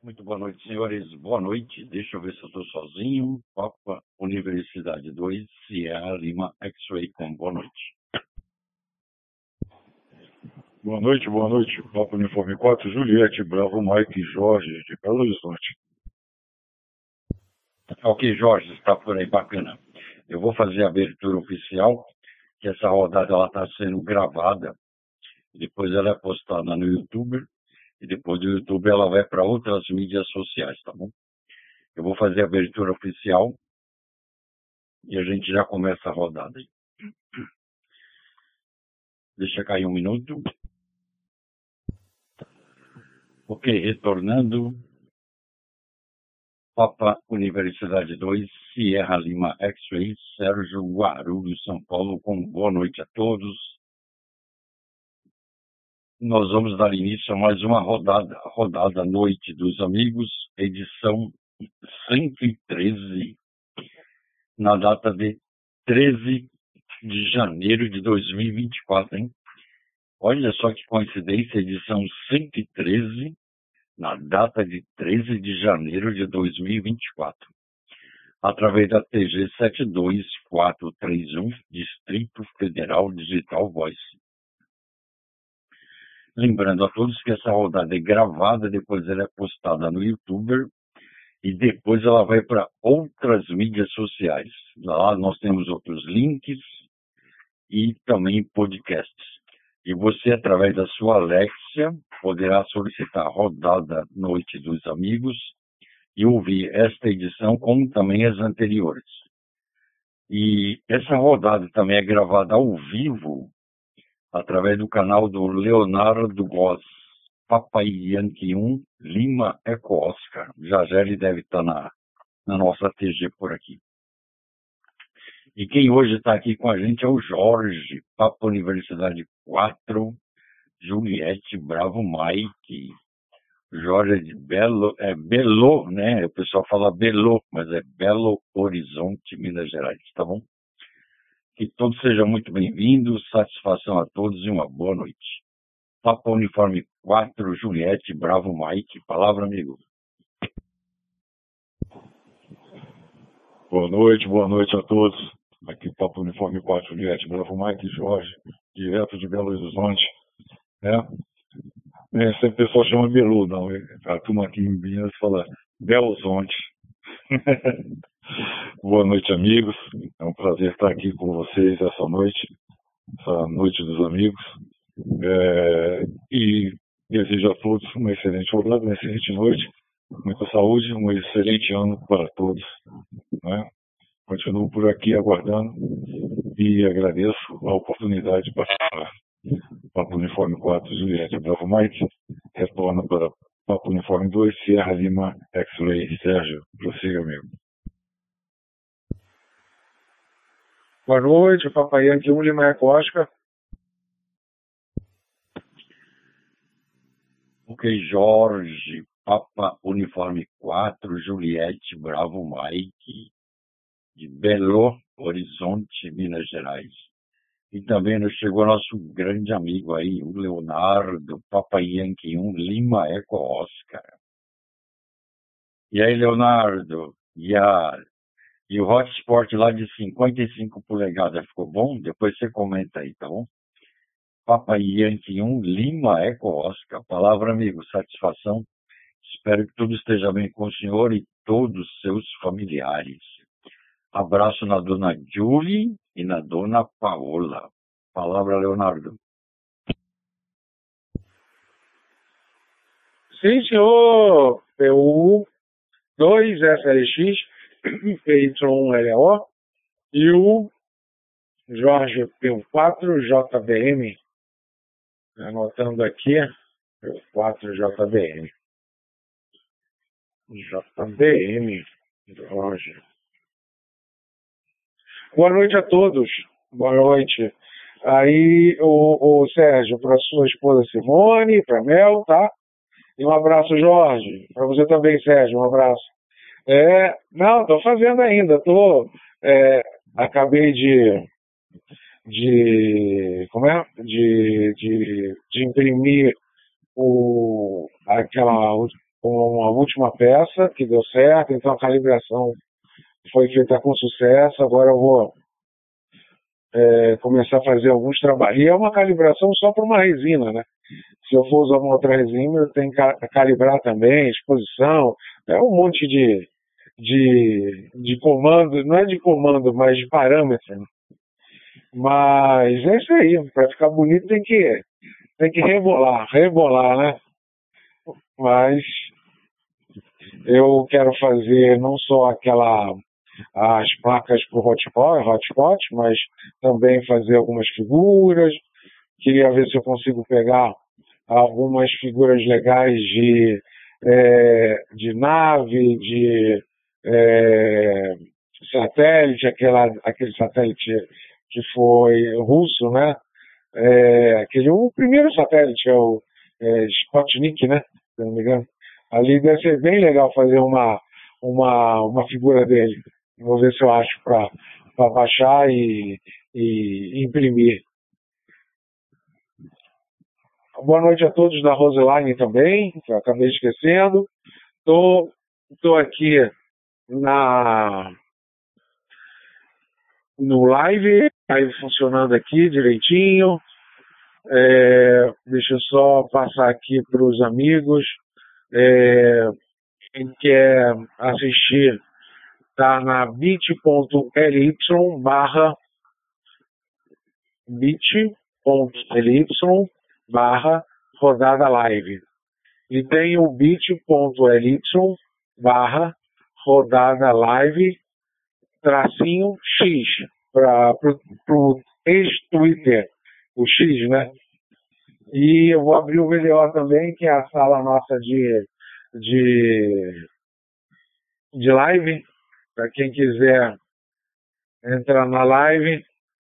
Muito boa noite, senhores. Boa noite. Deixa eu ver se eu estou sozinho. Papa Universidade 2, Sierra Lima X-Ray com boa noite. Boa noite. Papa Uniforme 4, Juliette, Bravo, Mike, Jorge, de Belo Horizonte. Ok, Jorge, está por aí, bacana. Eu vou fazer a abertura oficial, que essa rodada está sendo gravada. Depois ela é postada no YouTube. E depois do YouTube ela vai para outras mídias sociais, tá bom? Eu vou fazer a abertura oficial e a gente já começa a rodada. Deixa cair um minuto. Ok, retornando. Papa Universidade 2, Sierra Lima X-Ray, Sérgio Guarulhos, São Paulo, com boa noite a todos. Nós vamos dar início a mais uma rodada Noite dos Amigos, edição 113, na data de 13 de janeiro de 2024, hein? Olha só que coincidência, edição 113, na data de 13 de janeiro de 2024, através da TG 72431, Distrito Federal Digital Voice. Lembrando a todos que essa rodada é gravada, depois ela é postada no YouTube e depois ela vai para outras mídias sociais. Lá nós temos outros links e também podcasts. E você, através da sua Alexia, poderá solicitar a rodada Noite dos Amigos e ouvir esta edição, como também as anteriores. E essa rodada também é gravada ao vivo, através do canal do Leonardo Goss, Papai Yankee 1, Lima Eco Oscar. Já ele deve estar na nossa TG por aqui. E quem hoje está aqui com a gente é o Jorge, Papa Universidade 4, Juliette, Bravo, Mike. Jorge é de Belo, né? O pessoal fala Belo, mas é Belo Horizonte, Minas Gerais, tá bom? Que todos sejam muito bem-vindos, satisfação a todos e uma boa noite. Papa Uniforme 4, Juliette, Bravo, Mike. Palavra, amigo. Boa noite a todos. Aqui Papa Uniforme 4, Juliette, Bravo, Mike, Jorge, direto de Belo Horizonte. Sempre o pessoal chama Belu, não. A turma aqui em Minas fala Belo Horizonte. Boa noite, amigos. É um prazer estar aqui com vocês essa noite dos amigos. E desejo a todos uma excelente rodada, uma excelente noite, muita saúde, um excelente ano para todos. Né? Continuo por aqui aguardando e agradeço a oportunidade de participar. Papo Uniforme 4, Juliette, Bravo Mike, retorna para Papo Uniforme 2, Sierra Lima, X-Ray. Sérgio, prossiga, amigo. Boa noite, Papai Yankee 1, Lima Eco Oscar. Ok, Jorge, Papa Uniforme 4, Juliette, Bravo Mike, de Belo Horizonte, Minas Gerais. E também nos chegou nosso grande amigo aí, o Leonardo, Papai Yankee 1, Lima Eco Oscar. E aí, Leonardo, e o hotspot lá de 55 polegadas ficou bom? Depois você comenta aí, tá bom? Papai Yankee 1, Lima Eco Oscar. Palavra, amigo, satisfação. Espero que tudo esteja bem com o senhor e todos os seus familiares. Abraço na dona Julie e na dona Paola. Palavra, Leonardo. Sim, senhor. PU 2 SLX, PY1LO e o Jorge PU4 JBM. Anotando aqui, PU4 JBM. JBM, Jorge. Boa noite a todos. Boa noite. Aí, o Sérgio, para sua esposa Simone, para Mel, tá? E um abraço, Jorge. Para você também, Sérgio, um abraço. Não, estou fazendo ainda. Acabei de imprimir uma última peça que deu certo, então a calibração foi feita com sucesso. Agora eu vou começar a fazer alguns trabalhos. E é uma calibração só para uma resina, né? Se eu for usar uma outra resina, eu tenho que calibrar também, exposição, um monte de comando, não é de comando, mas de parâmetro, né? Mas é isso aí, para ficar bonito tem que rebolar, né? Mas eu quero fazer não só as placas para o hotspot, mas também fazer algumas figuras. Queria ver se eu consigo pegar algumas figuras legais de nave, de satélite, aquele satélite que foi russo, né? O primeiro satélite é o Sputnik, né? Se não me engano. Ali deve ser bem legal fazer uma figura dele. Vou ver se eu acho para baixar e imprimir. Boa noite a todos da Roseline também, que eu acabei esquecendo. Tô aqui no live, aí funcionando aqui direitinho. Deixa eu só passar aqui para os amigos. Quem quer assistir, tá na bit.ly /rodada live. E tem o bit.ly /rodada live -x para o ex-Twitter, o X, né? E eu vou abrir o VDO também, que é a sala nossa de live, para quem quiser entrar na live,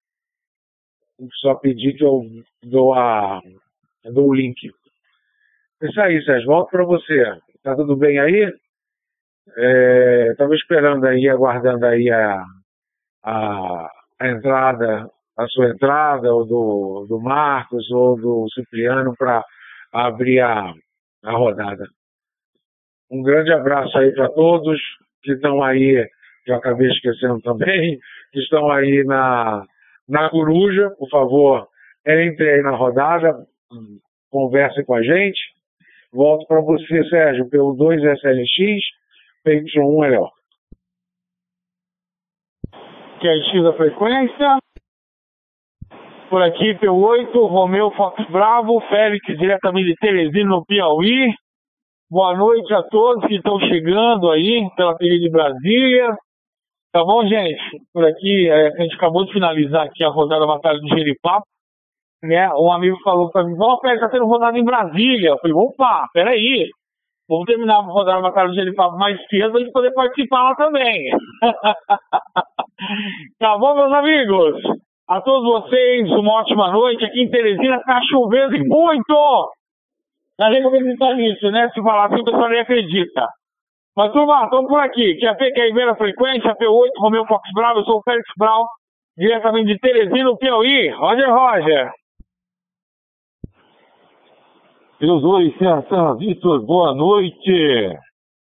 só pedir que eu dou o link. Isso aí, Sérgio, volto para você. Tá tudo bem aí? Estava esperando aí, aguardando aí a entrada, a sua entrada, ou do Marcos, ou do Cipriano, para abrir a rodada. Um grande abraço aí para todos que estão aí, que eu acabei esquecendo também, que estão aí na Coruja. Por favor, entre aí na rodada, converse com a gente. Volto para você, Sérgio, pelo 2SLX, PY1LO. Que é X a frequência. Por aqui, P8, Romeu Fox Bravo, Félix, diretamente de Teresina, no Piauí. Boa noite a todos que estão chegando aí pela TV de Brasília. Tá bom, gente? Por aqui, a gente acabou de finalizar aqui a rodada batalha do Jeripapo, né? Um amigo falou para mim, Félix, tá tendo rodada em Brasília. Eu falei, opa, peraí. Vamos terminar a rodada batalha do Jeripapo mais cedo para a gente poder participar lá também. Tá bom, meus amigos? A todos vocês, uma ótima noite. Aqui em Teresina tá chovendo e muito! Não tem como acreditar nisso, né? Se falar assim, o pessoal nem acredita. Mas, turma, estamos por aqui. Que é a P, que é a primeira frequência, P8, Romeu Fox Bravo, eu sou o Félix Brau, diretamente de Teresina, no Piauí. Roger. Deus dou licença, Vitor, boa noite.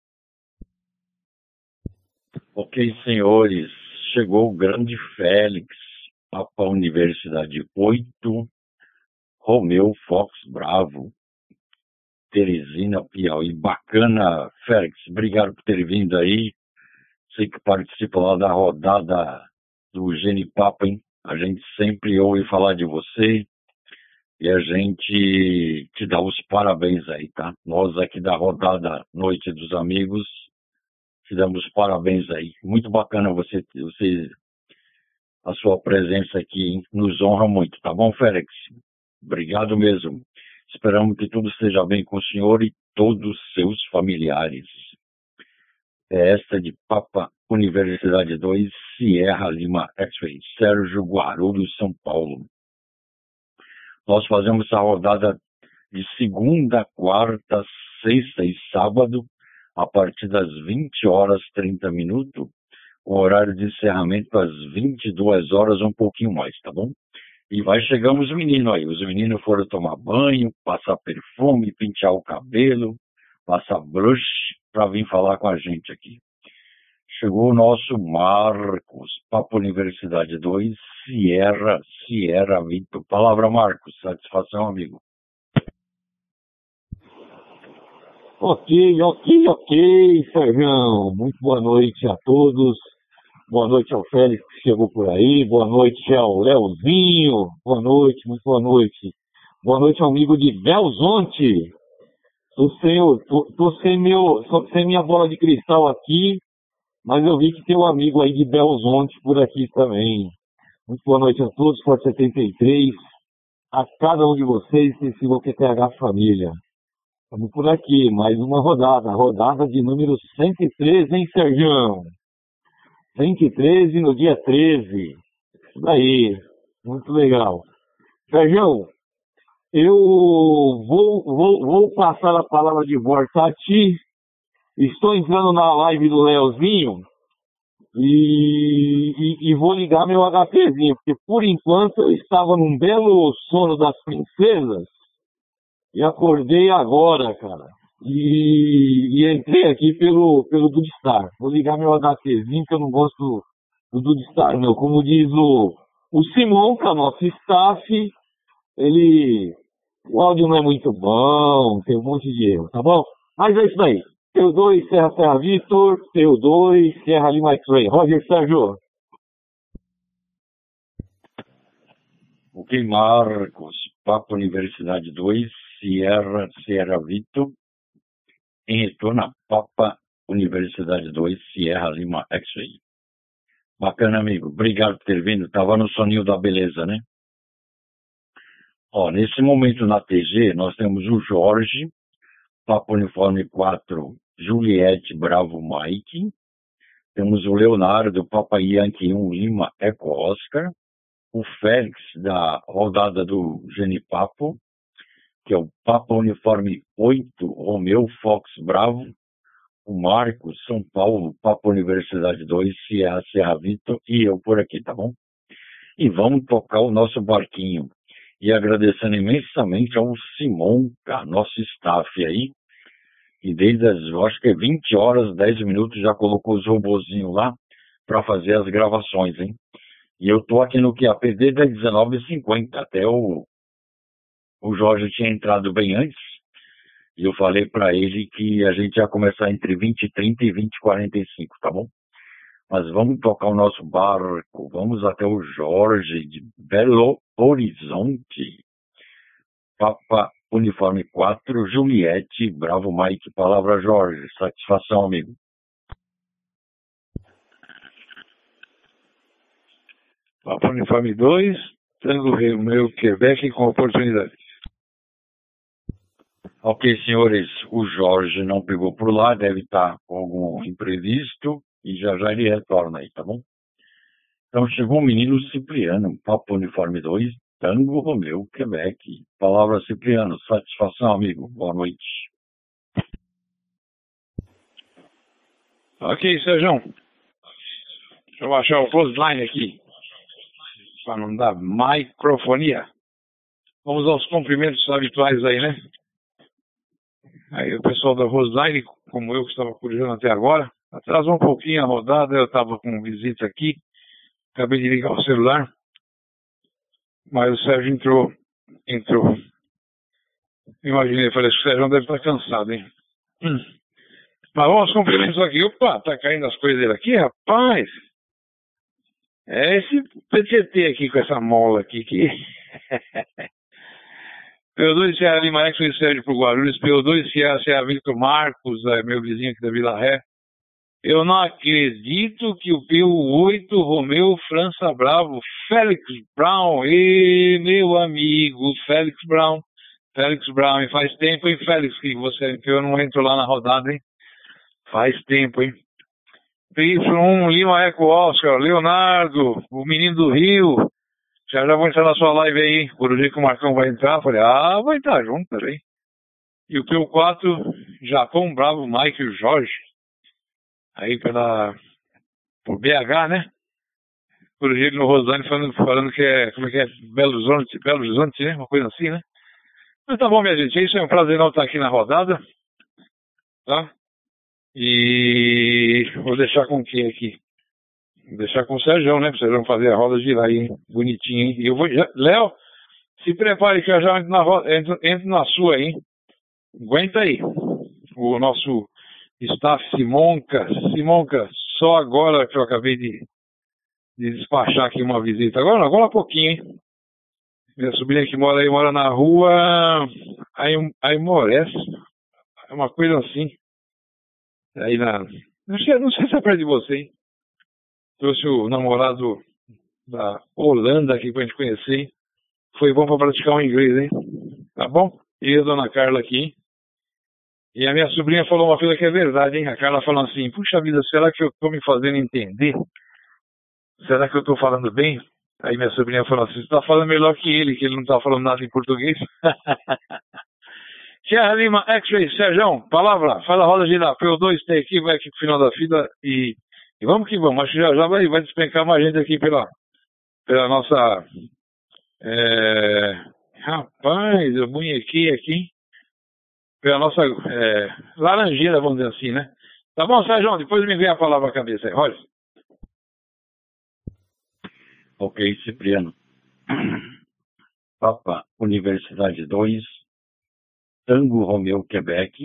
Ok, senhores, chegou o grande Félix, Papa Universidade 8, Romeu Fox Bravo, Teresina, Piauí. Bacana, Félix, obrigado por ter vindo aí. Sei que participa lá da rodada do Jenipapo, hein? A gente sempre ouve falar de você e a gente te dá os parabéns aí, tá? Nós aqui da rodada Noite dos Amigos te damos parabéns aí. Muito bacana a sua presença aqui, hein? Nos honra muito, tá bom, Félix? Obrigado mesmo. Esperamos que tudo esteja bem com o senhor e todos os seus familiares. É esta de Papa Universidade 2, Sierra Lima X-Ray, Sérgio Guarulhos, São Paulo. Nós fazemos essa rodada de segunda, quarta, sexta e sábado, a partir das 20 horas 30 minutos, com horário de encerramento às 22 horas, um pouquinho mais, tá bom? E vai chegando os meninos aí. Os meninos foram tomar banho, passar perfume, pentear o cabelo. passa brush para vir falar com a gente aqui. Chegou o nosso Marcos, Papo Universidade 2, Sierra Vitor. Palavra, Marcos. Satisfação, amigo. Ok, Sérgio. Muito boa noite a todos. Boa noite ao Félix que chegou por aí. Boa noite ao Leozinho. Boa noite, muito boa noite. Boa noite ao amigo de Belzonte. Tô sem minha bola de cristal aqui, mas eu vi que tem um amigo aí de Belzonte por aqui também. Muito boa noite a todos, Forte 73, a cada um de vocês, Sensible QTH Família. Estamos por aqui, mais uma rodada de número 113, hein, Sérgio? 113 no dia 13. Isso daí, muito legal. Sérgio, eu vou passar a palavra de volta a ti. Estou entrando na live do Leozinho e vou ligar meu HPzinho, porque por enquanto eu estava num belo sono das princesas e acordei agora, cara. E entrei aqui pelo Dudestar. Vou ligar meu HPzinho, que eu não gosto do Dudestar, não. Como diz o Simon, que é o nosso staff, o áudio não é muito bom, tem um monte de erro, tá bom? Mas é isso aí. T2, Serra Vitor, T2, Serra Lima X-Ray. Roger, Sérgio. Ok, Marcos, Papo Universidade 2, Sierra Vitor, em retorno a Papa Universidade 2, Sierra Lima X-Ray. Bacana, amigo. Obrigado por ter vindo. Tava no soninho da beleza, né? Ó, nesse momento na TG, nós temos o Jorge, Papa Uniforme 4, Juliette Bravo Mike. Temos o Leonardo, Papa Yankee 1, Lima Eco Oscar. O Félix, da rodada do Genipapo, que é o Papa Uniforme 8, Romeu Fox Bravo. O Marcos, São Paulo, Papa Universidade 2, Serra Vitor, e eu por aqui, tá bom? E vamos tocar o nosso barquinho. E agradecendo imensamente ao Simon, nosso staff aí, e desde eu acho que é 20 horas, 10 minutos, já colocou os robozinhos lá para fazer as gravações, hein? E eu tô aqui no QAP desde as 19h50, até o Jorge tinha entrado bem antes, e eu falei para ele que a gente ia começar entre 20h30 e 20h45, tá bom? Mas vamos tocar o nosso barco, vamos até o Jorge de Belo Horizonte, Papa Uniforme 4, Juliette, Bravo Mike. Palavra, Jorge. Satisfação, amigo. Papa Uniforme 2, Tango Romeu, Quebec, com oportunidade. Ok, senhores, o Jorge não pegou por lá, deve estar com algum imprevisto e já ele retorna aí, tá bom? Então chegou o menino Cipriano, Papa Uniforme 2, Tango Romeu, Quebec. Palavra, Cipriano. Satisfação, amigo. Boa noite. Ok, Sérgio. Deixa eu baixar o clothesline aqui, para não dar microfonia. Vamos aos cumprimentos habituais aí, né? Aí o pessoal da Roseline, como eu que estava corrigindo até agora, atrasou um pouquinho a rodada, eu estava com visita aqui, acabei de ligar o celular, mas o Sérgio entrou. Imaginei, falei, o Sérgio deve estar cansado, hein? Mas vamos aos cumprimentos aqui. Opa, tá caindo as coisas dele aqui, rapaz. É esse PTT aqui com essa mola aqui que... PO2 Serra Lima X, o Sérgio pro Guarulhos. PO2 Serra Vitor Marcos, meu vizinho aqui da Vila Ré. Eu não acredito que o PO8 Romeu França Bravo, Félix Brown, e meu amigo Félix Brown, e faz tempo, hein, Félix, que eu não entro lá na rodada, hein? Faz tempo, hein? PY1 Lima Eco Oscar, Leonardo, o menino do Rio. Já vou entrar na sua live aí, por o dia que o Marcão vai entrar. Falei, vai entrar junto, peraí. E o PO4, Japão Bravo, Mike e o Jorge. Aí por BH, né? Por dia no Rosane falando que é, como é que é? Belo Horizonte, né? Uma coisa assim, né? Mas tá bom, minha gente, é isso, é um prazer não estar aqui na rodada. tá? E vou deixar com quem aqui? Vou deixar com o Sérgio, né? Pra vocês vão fazer a roda girar aí, hein? Bonitinho, hein? E eu vou. Léo, se prepare que eu já entro na sua aí, hein? Aguenta aí. O nosso staff Simonca. Simonca, só agora que eu acabei de despachar aqui uma visita. Agora há pouquinho, hein? Minha sobrinha que mora aí, mora na rua Aimorés. É uma coisa assim. Aí não sei se é perto de você, hein? Trouxe o namorado da Holanda aqui pra gente conhecer, hein? Foi bom pra praticar o inglês, hein? Tá bom? E a dona Carla aqui. E a minha sobrinha falou uma coisa que é verdade, hein? A Carla falou assim, puxa vida, será que eu tô me fazendo entender? Será que eu tô falando bem? Aí minha sobrinha falou assim, você tá falando melhor que ele não tá falando nada em português. Sierra Lima, X-Ray, Sérgio, palavra, faz a roda girar, P2 tem aqui, vai aqui pro final da fila e vamos que vamos. Acho que já vai despencar mais gente aqui pela nossa... rapaz, eu bunhequei aqui, pela nossa laranjeira, vamos dizer assim, né? Tá bom, Sérgio, depois me vem a palavra à cabeça aí, Roger. Ok, Cipriano. Papa Universidade 2, Tango Romeo, Quebec,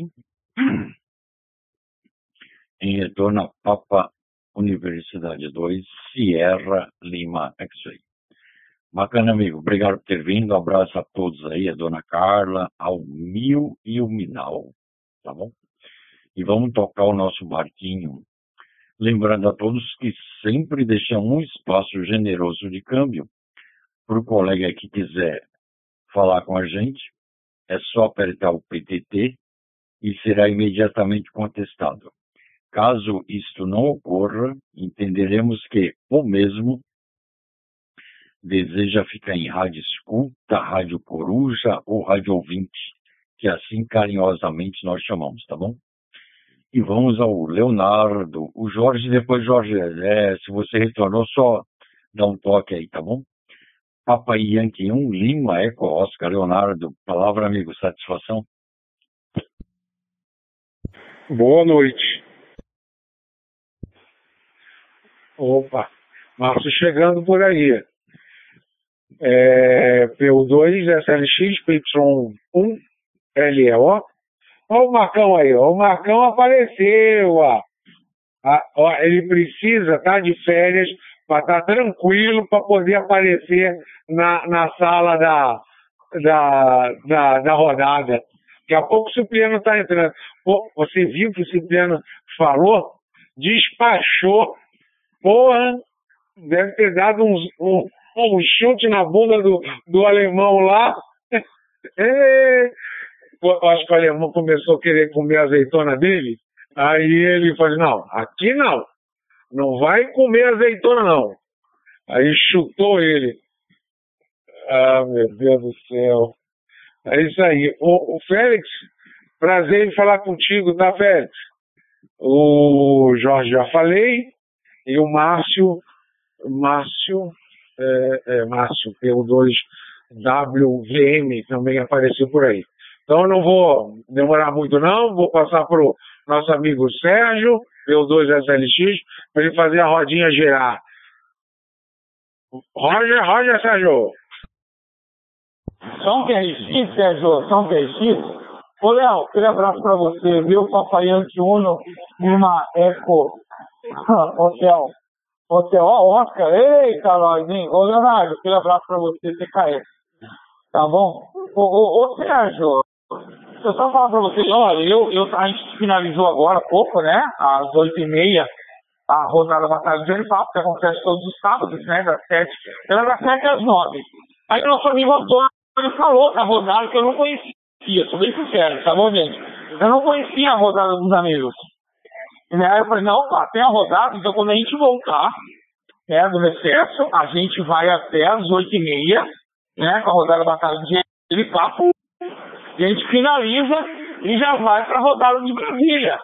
em retorno a Papa Universidade 2, Sierra Lima, X-Ray. Bacana, amigo. Obrigado por ter vindo. Um abraço a todos aí, a dona Carla, ao Mil e o Minal, tá bom? E vamos tocar o nosso barquinho. Lembrando a todos que sempre deixamos um espaço generoso de câmbio para o colega que quiser falar com a gente. É só apertar o PTT e será imediatamente contestado. Caso isto não ocorra, entenderemos que o mesmo deseja ficar em rádio escuta, rádio coruja ou rádio ouvinte, que assim carinhosamente nós chamamos, tá bom? E vamos ao Leonardo, o Jorge, depois Jorge, se você retornou, só dá um toque aí, tá bom? Papa Yankee 1, Lima, Eco, Oscar, Leonardo, palavra, amigo, satisfação? Boa noite. Opa, Márcio chegando por aí. P2, SLX, PY1, LEO. Olha o Marcão aí, ó. O Marcão apareceu, ó. Ele precisa estar de férias para estar tranquilo para poder aparecer na sala da rodada. Daqui a pouco o Cipriano está entrando. Pô, você viu que o Cipriano falou? Despachou. Porra, deve ter dado um chute na bunda do alemão lá. Acho que o alemão começou a querer comer a azeitona dele. Aí ele falou, não, aqui não. Não vai comer azeitona, não. Aí chutou ele. Ah, meu Deus do céu. É isso aí. O Félix, prazer em falar contigo, tá, Félix? O Jorge já falei. E o Márcio, P2WVM, também apareceu por aí. Então eu não vou demorar muito não, vou passar para o nosso amigo Sérgio, P2SLX, para ele fazer a rodinha girar. Roger, Sérgio. Só um QRX, Sérgio, só um QRX. Ô, Léo, aquele abraço pra você, viu? Papai Yankee Uno, Lima Eco, Hotel Oscar, eita, nós, hein? Ô, Leonardo, aquele abraço pra você, TKS. Tá bom? Ô, Sérgio, eu só falar pra você, olha, a gente finalizou agora há pouco, né? Às 8h30, a rodada Batalha de Genipapo, que acontece todos os sábados, né? Das 7, ela das 7 às 9. Aí o nosso amigo Antônio falou da rodada que eu não conhecia, sou bem sincero, tá bom, gente? Eu não conhecia a rodada dos amigos. E aí eu falei, não, tem a rodada, então quando a gente voltar, né, do recesso, a gente vai até às 8h30, né, com a rodada Batalha de Genipapo, e a gente finaliza e já vai pra rodada de Brasília.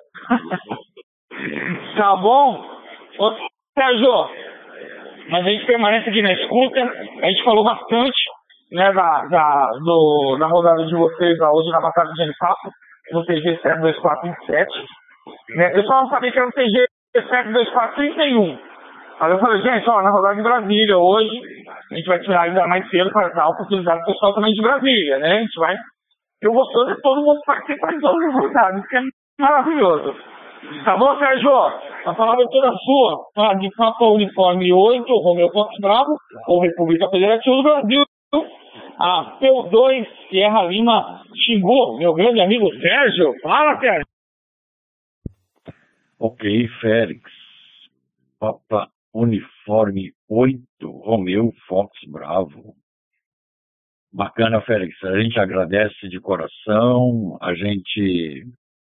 Tá bom? Ô, Sérgio, mas a gente permanece aqui na escuta, a gente falou bastante, né, da rodada de vocês hoje na Batalha de Genipapo, no TG 72427, né? Eu só não sabia que era o TG 72431. Aí eu falei, gente, ó, na rodada de Brasília hoje, a gente vai tirar ainda mais cedo para dar a oportunidade do pessoal também de Brasília, né? A gente vai. Eu gostoso de todo mundo participar de todas as rodadas, que é maravilhoso. Tá bom, Sérgio? A palavra é toda sua. Tá? De Papa Uniforme 8, Romeu Fox Bravo, ou República Federativa do Brasil. A P2 Sierra Lima Xingu, meu grande amigo Sérgio. Fala, Sérgio. Ok, Félix. Papa Uniforme 8, Romeu Fox Bravo. Bacana, Félix. A gente agradece de coração. A gente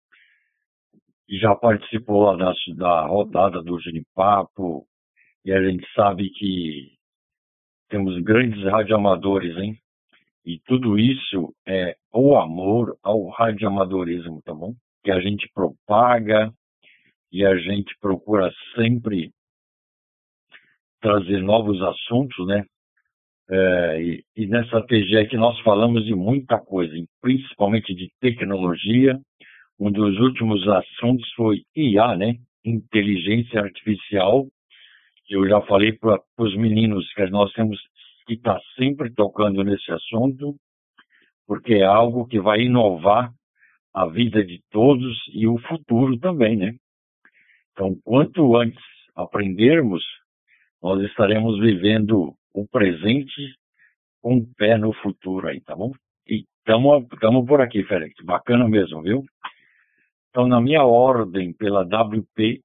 já participou lá da rodada do Genipapo e a gente sabe que temos grandes radioamadores, hein? E tudo isso é o amor ao radioamadorismo, tá bom? Que a gente propaga e a gente procura sempre trazer novos assuntos, né? E nessa TG aqui nós falamos de muita coisa, principalmente de tecnologia. Um dos últimos assuntos foi IA, né? Inteligência Artificial. Eu já falei para os meninos que nós temos que estar sempre tocando nesse assunto, porque é algo que vai inovar a vida de todos e o futuro também, né? Então, quanto antes aprendermos, nós estaremos vivendo o presente com o pé no futuro aí, tá bom? E estamos por aqui, Félix. Bacana mesmo, viu? Então, na minha ordem, pela WPSD,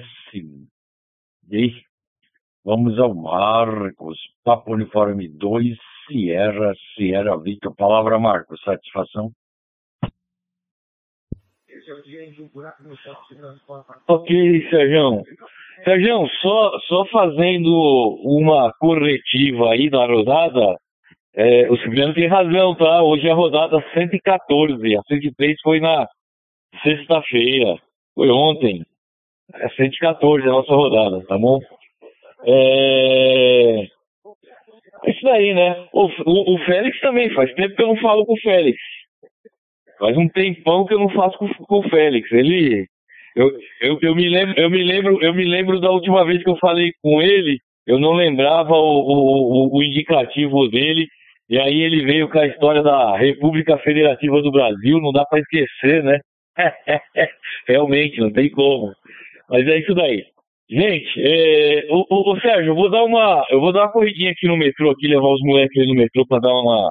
vamos ao Marcos, Papa Uniforme 2, Sierra Victor. Palavra, Marcos, satisfação? Ok, Sérgio. Sérgio, só fazendo uma corretiva aí na rodada, o Cipriano tem razão, tá? Hoje é a rodada 114, a 103 foi na sexta-feira, foi ontem. É 114 a nossa rodada, tá bom? É isso daí, né? O Félix também, faz tempo que eu não falo com o Félix. Faz um tempão que eu não faço com o Félix. Eu me lembro da última vez que eu falei com ele, eu não lembrava o indicativo dele, e aí ele veio com a história da República Federativa do Brasil, não dá pra esquecer, né? Realmente, não tem como. Mas é isso daí. Gente, ô Sérgio, eu vou dar uma corridinha aqui no metrô, aqui, levar os moleques aí no metrô pra dar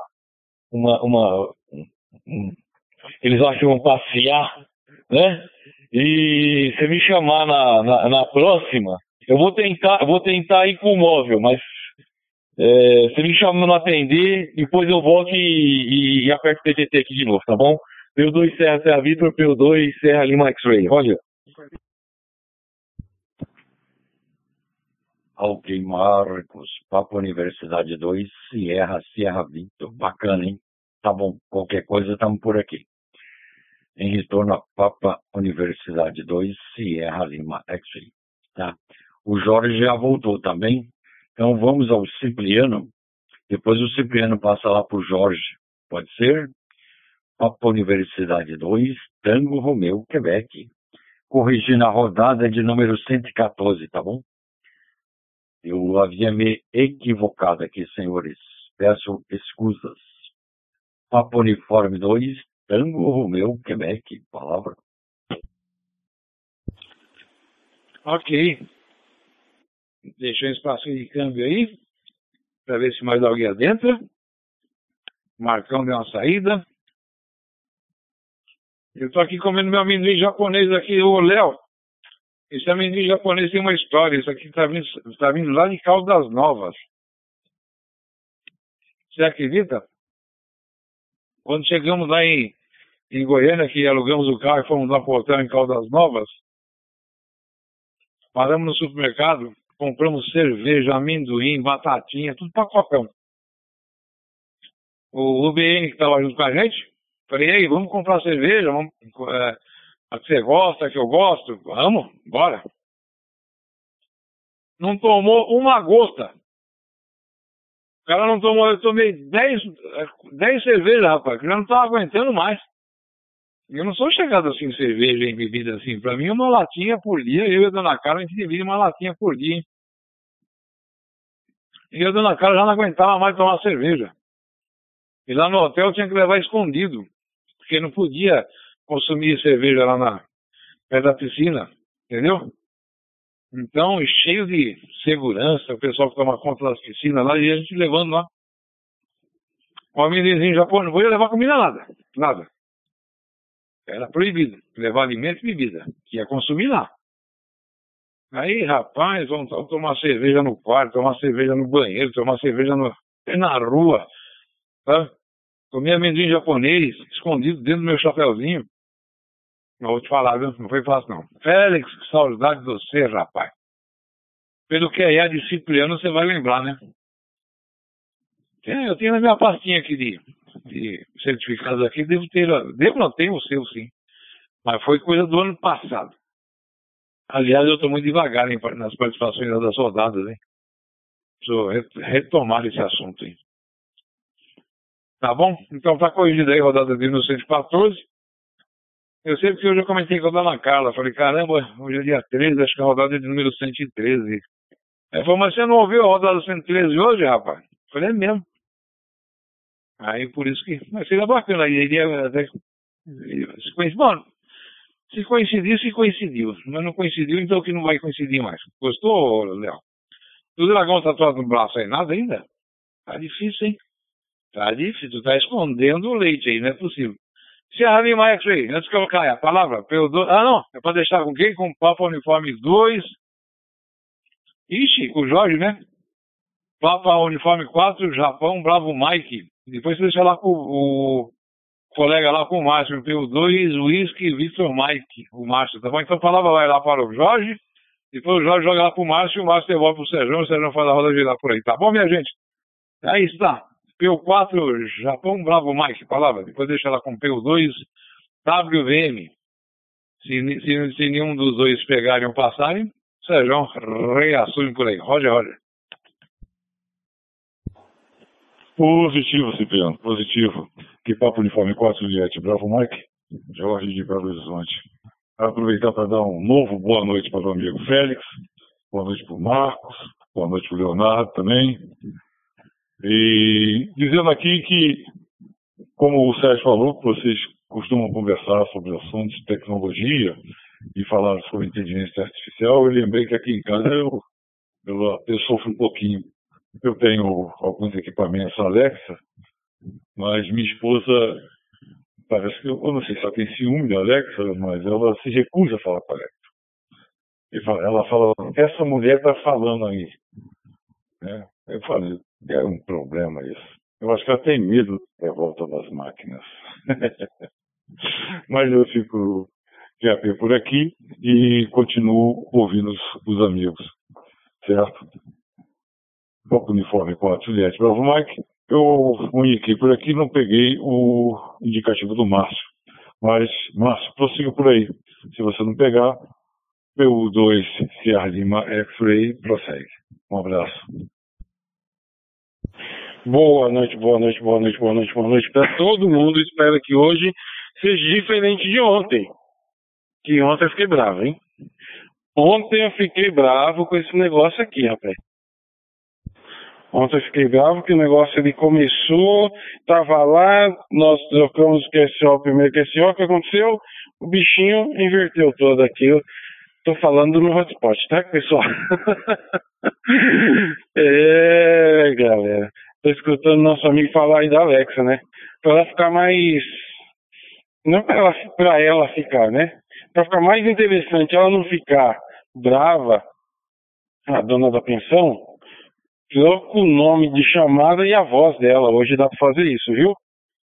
eles acham que vão passear, né? E se me chamar na próxima, eu vou tentar ir com o móvel, mas se me chamar não atender, depois eu volto e aperto o TTT aqui de novo, tá bom? P2 Serra Vitor, P2 Serra Lima X-Ray. Roger. Ok, Marcos, Papa Universidade 2, Sierra Victor. Bacana, hein? Tá bom, qualquer coisa estamos por aqui. Em retorno a Papa Universidade 2, Sierra Lima X-Ray. Tá? O Jorge já voltou também. Então vamos ao Cipriano. Depois o Cipriano passa lá para o Jorge. Pode ser? Papa Universidade 2, Tango Romeu, Quebec. Corrigindo a rodada de número 114, tá bom? Eu havia me equivocado aqui, senhores. Peço escusas. Papa Uniforme 2, Tango Romeu, Quebec. Palavra. Ok. Deixei um espaço de câmbio aí, para ver se mais alguém adentra. Marcão deu uma saída. Eu tô aqui comendo meu amendoim japonês aqui, o Léo. Esse amendoim japonês tem uma história. Isso aqui tá vindo lá de Caldas Novas. Você acredita? Quando chegamos lá em Goiânia, que alugamos o carro e fomos lá pro hotel em Caldas Novas, paramos no supermercado, compramos cerveja, amendoim, batatinha, tudo pacotão. O UBN que estava junto com a gente, falei, aí, vamos comprar cerveja, vamos, a que você gosta, a que eu gosto, vamos, bora. Não tomou uma gota. O cara não tomou, eu tomei 10 cervejas, rapaz, que eu já não estava aguentando mais. Eu não sou chegado assim em cerveja, em bebida assim. Pra mim, uma latinha por dia, eu e a dona Carla, a gente divide uma latinha por dia, hein? E a dona Carla já não aguentava mais tomar cerveja. E lá no hotel tinha que levar escondido, porque não podia consumir cerveja lá perto da piscina, entendeu? Então, cheio de segurança, o pessoal que toma conta das piscinas lá, e a gente levando lá. O amendoinzinho japonês, não podia levar comida nada. Era proibido levar alimento e bebida, que ia consumir lá. Aí, rapaz, vamos tomar cerveja no quarto, tomar cerveja no banheiro, tomar cerveja na rua, sabe? Comi amendoim japonês, escondido dentro do meu chapéuzinho. Não vou te falar, viu? Não foi fácil, não. Félix, que saudade de você, rapaz. Pelo que é de Cipriano, você vai lembrar, né? Eu tenho na minha pastinha aqui de certificados aqui, não tenho o seu, sim. Mas foi coisa do ano passado. Aliás, eu estou muito devagar nas participações das rodadas, hein? Preciso retomar esse assunto, hein? Tá bom? Então tá corrigido aí, rodada de 1914. Eu sei que hoje eu comentei com a dona Carla. Falei, caramba, hoje é dia 13, acho que a rodada é de número 113. Ela falou, mas você não ouviu a rodada 113 hoje, rapaz? Eu falei, é mesmo. Aí por isso que. Mas seria bacana, iria até. Bom, se coincidiu. Mas não coincidiu, então que não vai coincidir mais. Gostou, Léo? O dragão tatuado no braço aí, nada ainda? Tá difícil, hein? Tá difícil, tu tá escondendo o leite aí, não é possível. Se a Lima X-Ray, antes que eu caia, a palavra, P2. Ah, não, é pra deixar com quem? Com o Papa Uniforme 2. Ixi, o Jorge, né? Papa Uniforme 4, Japão, Bravo Mike. Depois você deixa lá com o colega lá com o Márcio, P2, Whisky, Victor Mike, o Márcio, tá bom? Então a palavra vai lá para o Jorge, depois o Jorge joga lá pro Márcio, o Márcio devolve pro Sérgio, o Sérgio faz a roda girar por aí, tá bom, minha gente? Aí está. P4, Japão, Bravo Mike, palavra. Depois deixa ela com P2, WVM. Se nenhum dos dois pegarem ou passarem, Sérgio reassume por aí. Roger. Positivo, Cipriano, positivo. Que Papo Uniforme 4, Juliette, Bravo Mike, Jorge de Belo Horizonte. Aproveitar para dar um novo boa noite para o amigo Félix, boa noite para o Marcos, boa noite para o Leonardo também. E dizendo aqui que, como o Sérgio falou, que vocês costumam conversar sobre assuntos de tecnologia e falar sobre inteligência artificial, eu lembrei que aqui em casa eu sofro um pouquinho. Eu tenho alguns equipamentos Alexa, mas minha esposa parece que, eu não sei se ela tem ciúme da Alexa, mas ela se recusa a falar com a Alexa. Ela fala, essa mulher está falando aí. Né? Eu falei, é um problema isso. Eu acho que ela tem medo da revolta das máquinas. Mas eu fico por aqui e continuo ouvindo os amigos, certo? Papo Uniforme 4, Juliette, Bravo Mike. Eu comuniquei por aqui, não peguei o indicativo do Márcio. Mas, Márcio, prossiga por aí. Se você não pegar, PU2 Sierra Lima X-Ray, prossegue. Um abraço. Boa noite para todo mundo. Espero que hoje seja diferente de ontem. Que ontem eu fiquei bravo, hein? Ontem eu fiquei bravo com esse negócio aqui, rapaz. Ontem eu fiquei bravo que o negócio ele começou, tava lá, nós trocamos o QSO, o primeiro QSO, o que aconteceu? O bichinho inverteu todo aquilo. Tô falando no hotspot, tá, pessoal? Galera. Tô escutando nosso amigo falar aí da Alexa, né? Pra ela ficar mais... Não pra ela ficar, né? Pra ficar mais interessante, ela não ficar brava, a dona da pensão, troca o nome de chamada e a voz dela. Hoje dá pra fazer isso, viu?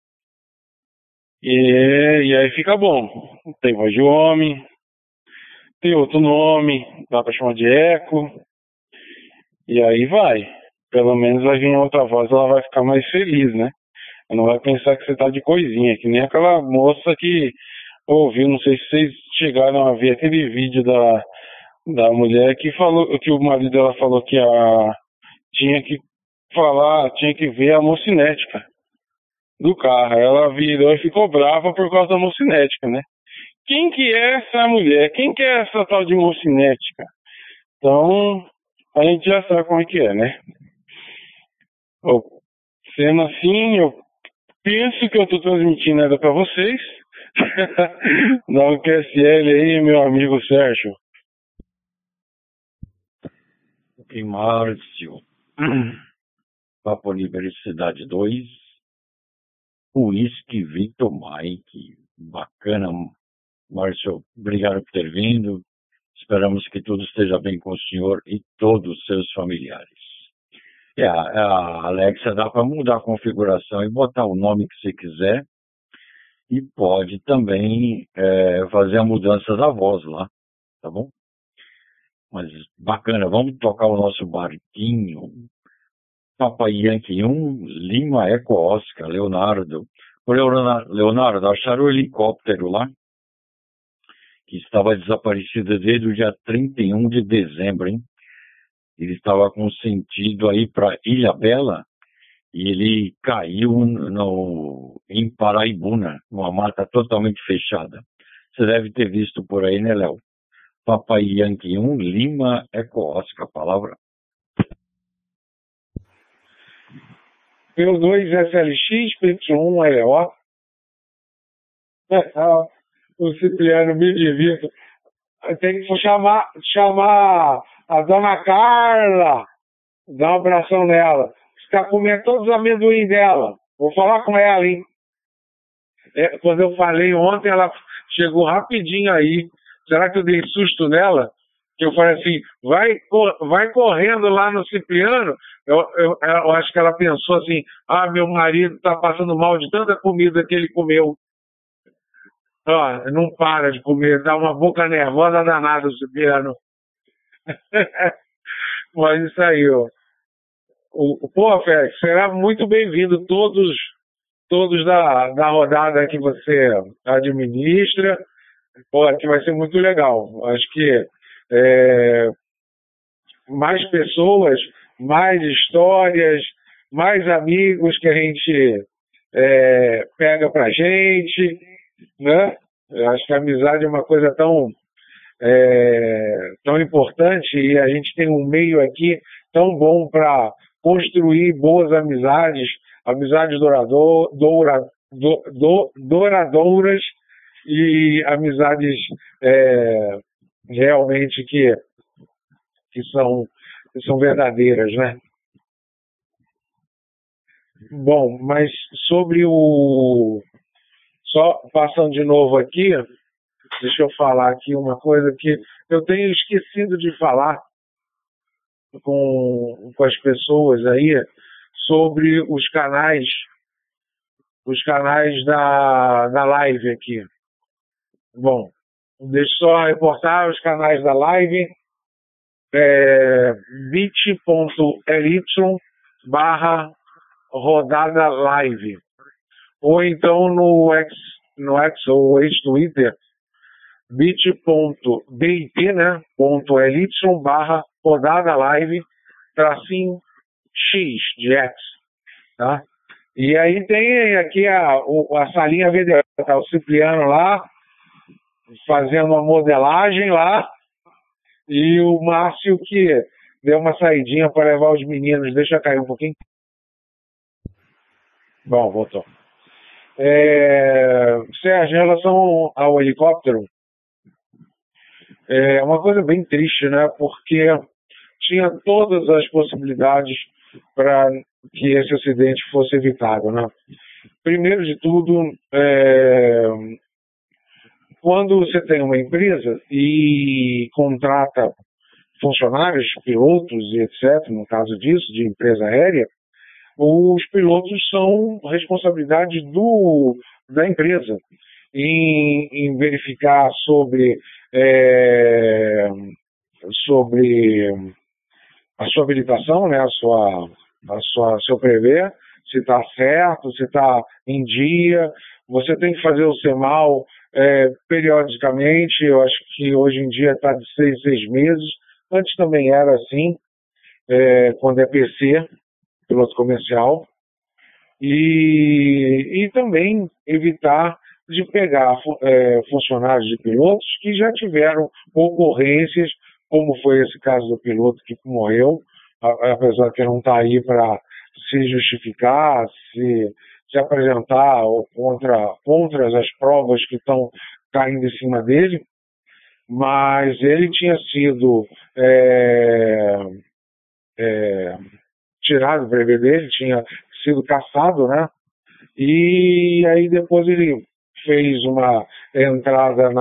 E aí fica bom. Tem voz de homem, tem outro nome, dá pra chamar de eco. E aí vai. Pelo menos vai vir outra voz, ela vai ficar mais feliz, né? Ela não vai pensar que você tá de coisinha, que nem aquela moça que ouviu, não sei se vocês chegaram a ver aquele vídeo da mulher que falou, que o marido dela falou que tinha que ver a mocinética. do carro. Ela virou e ficou brava por causa da mocinética, né? Quem que é essa mulher? Quem que é essa tal de mocinética? Então, a gente já sabe como é que é, né? Bom, sendo assim, eu penso que eu tô transmitindo nada pra vocês. Dá um QSL aí, meu amigo Sérgio. Em Márcio, Papo Universidade 2, Whisky Victor Mike. Bacana, Márcio. Obrigado por ter vindo. Esperamos que tudo esteja bem com o senhor e todos os seus familiares. A Alexa dá para mudar a configuração e botar o nome que você quiser. E pode também fazer a mudança da voz lá, tá bom? Mas bacana, vamos tocar o nosso barquinho. Papa Yankee 1, Lima Eco Oscar, Leonardo. Ô, Leonardo, acharam o helicóptero lá, que estava desaparecido desde o dia 31 de dezembro, hein? Ele estava com sentido aí para Ilhabela e ele caiu em Paraibuna, numa mata totalmente fechada. Você deve ter visto por aí, né, Léo? Papai Yankee 1, Lima Eco Oscar, a palavra. P2 SLX, PY1 LO. O Cipriano me divirta. Tem que chamar a dona Carla, dar um abração nela. Está comendo todos os amendoim dela. Vou falar com ela, hein? Quando eu falei ontem, ela chegou rapidinho aí. Será que eu dei susto nela? Que eu falei assim, vai correndo lá no Cipriano. Eu acho que ela pensou assim, meu marido está passando mal de tanta comida que ele comeu. Não para de comer, dá uma boca nervosa danada o Cipriano. Mas isso aí, ó. Pô, Félix, será muito bem-vindo todos da rodada que você administra. Pô, aqui vai ser muito legal. Acho que mais pessoas, mais histórias, mais amigos que a gente pega pra gente, né? Eu acho que a amizade é uma coisa tão importante e a gente tem um meio aqui tão bom para construir boas amizades duradouras e amizades realmente que são verdadeiras, né? Bom, mas sobre só passando de novo aqui, deixa eu falar aqui uma coisa que eu tenho esquecido de falar com as pessoas aí sobre os canais da live aqui. Bom, deixa eu só reportar os canais da live, bit.ly/rodada live, ou então no X ou ex-Twitter, bit.ly, né, .ly/rodada live, tracinho X de X, tá? E aí tem aqui a salinha VDO, tá o Cipriano lá, fazendo uma modelagem lá, e o Márcio que deu uma saidinha para levar os meninos. Deixa cair um pouquinho. Bom, voltou. Sérgio, em relação ao helicóptero, é uma coisa bem triste, né? Porque tinha todas as possibilidades para que esse acidente fosse evitado, né? Primeiro de tudo, quando você tem uma empresa e contrata funcionários, pilotos e etc., no caso disso, de empresa aérea, os pilotos são responsabilidade da empresa em verificar sobre a sua habilitação, né, seu prever, se está certo, se está em dia. Você tem que fazer o CEMAL periodicamente. Eu acho que hoje em dia está de 6 meses. Antes também era assim, quando é PC, piloto comercial. e também evitar de pegar funcionários de pilotos que já tiveram ocorrências, como foi esse caso do piloto que morreu, apesar que não está aí para se justificar, se apresentar contra as provas que estão caindo em cima dele, mas ele tinha sido tirado do brevet dele, tinha sido cassado, né? E aí depois ele fez uma entrada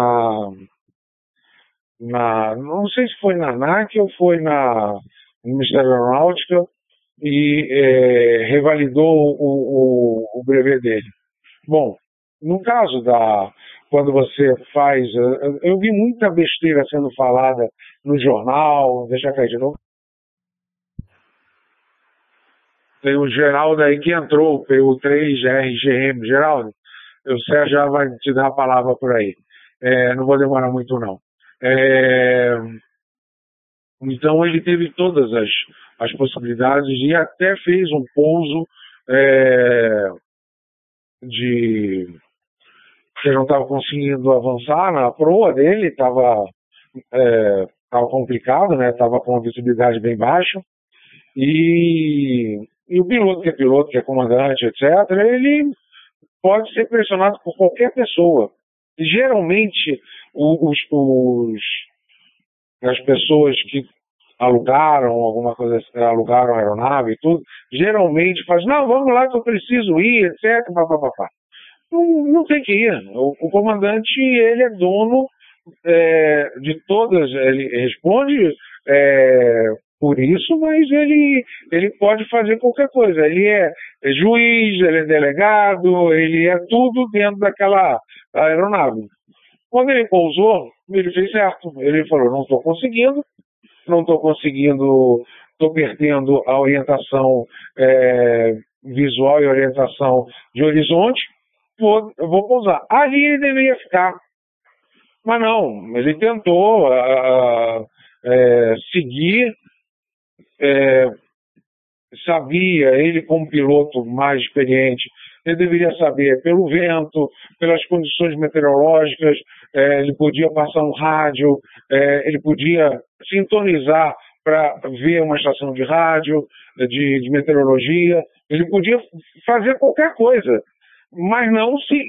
não sei se foi na ANAC ou foi no Ministério da Aeronáutica e revalidou o brevet dele. Bom, no caso quando você faz, eu vi muita besteira sendo falada no jornal, deixa eu cair de novo. Tem o Geraldo aí que entrou, o PU3RGM. Geraldo, o Sérgio já vai te dar a palavra por aí. Não vou demorar muito, não. Então, ele teve todas as possibilidades e até fez um pouso que não estava conseguindo avançar na proa dele, estava complicado, né? Estava com uma visibilidade bem baixa. E o piloto, que é comandante, etc., ele pode ser pressionado por qualquer pessoa. E, geralmente, as pessoas que alugaram alguma coisa, alugaram a aeronave e tudo, geralmente fazem, não, vamos lá que eu preciso ir, etc., papapá. Não tem que ir. O comandante, ele é dono de todas, ele responde por isso, mas ele pode fazer qualquer coisa. Ele é juiz, ele é delegado, ele é tudo dentro daquela aeronave. Quando ele pousou, ele fez certo. Ele falou, não estou conseguindo, estou perdendo a orientação visual e orientação de horizonte, vou pousar. Ali ele deveria ficar. Mas não, ele tentou seguir, sabia, ele como piloto mais experiente, ele deveria saber pelo vento, pelas condições meteorológicas, ele podia passar um rádio, ele podia sintonizar para ver uma estação de rádio, de meteorologia, ele podia fazer qualquer coisa, mas não se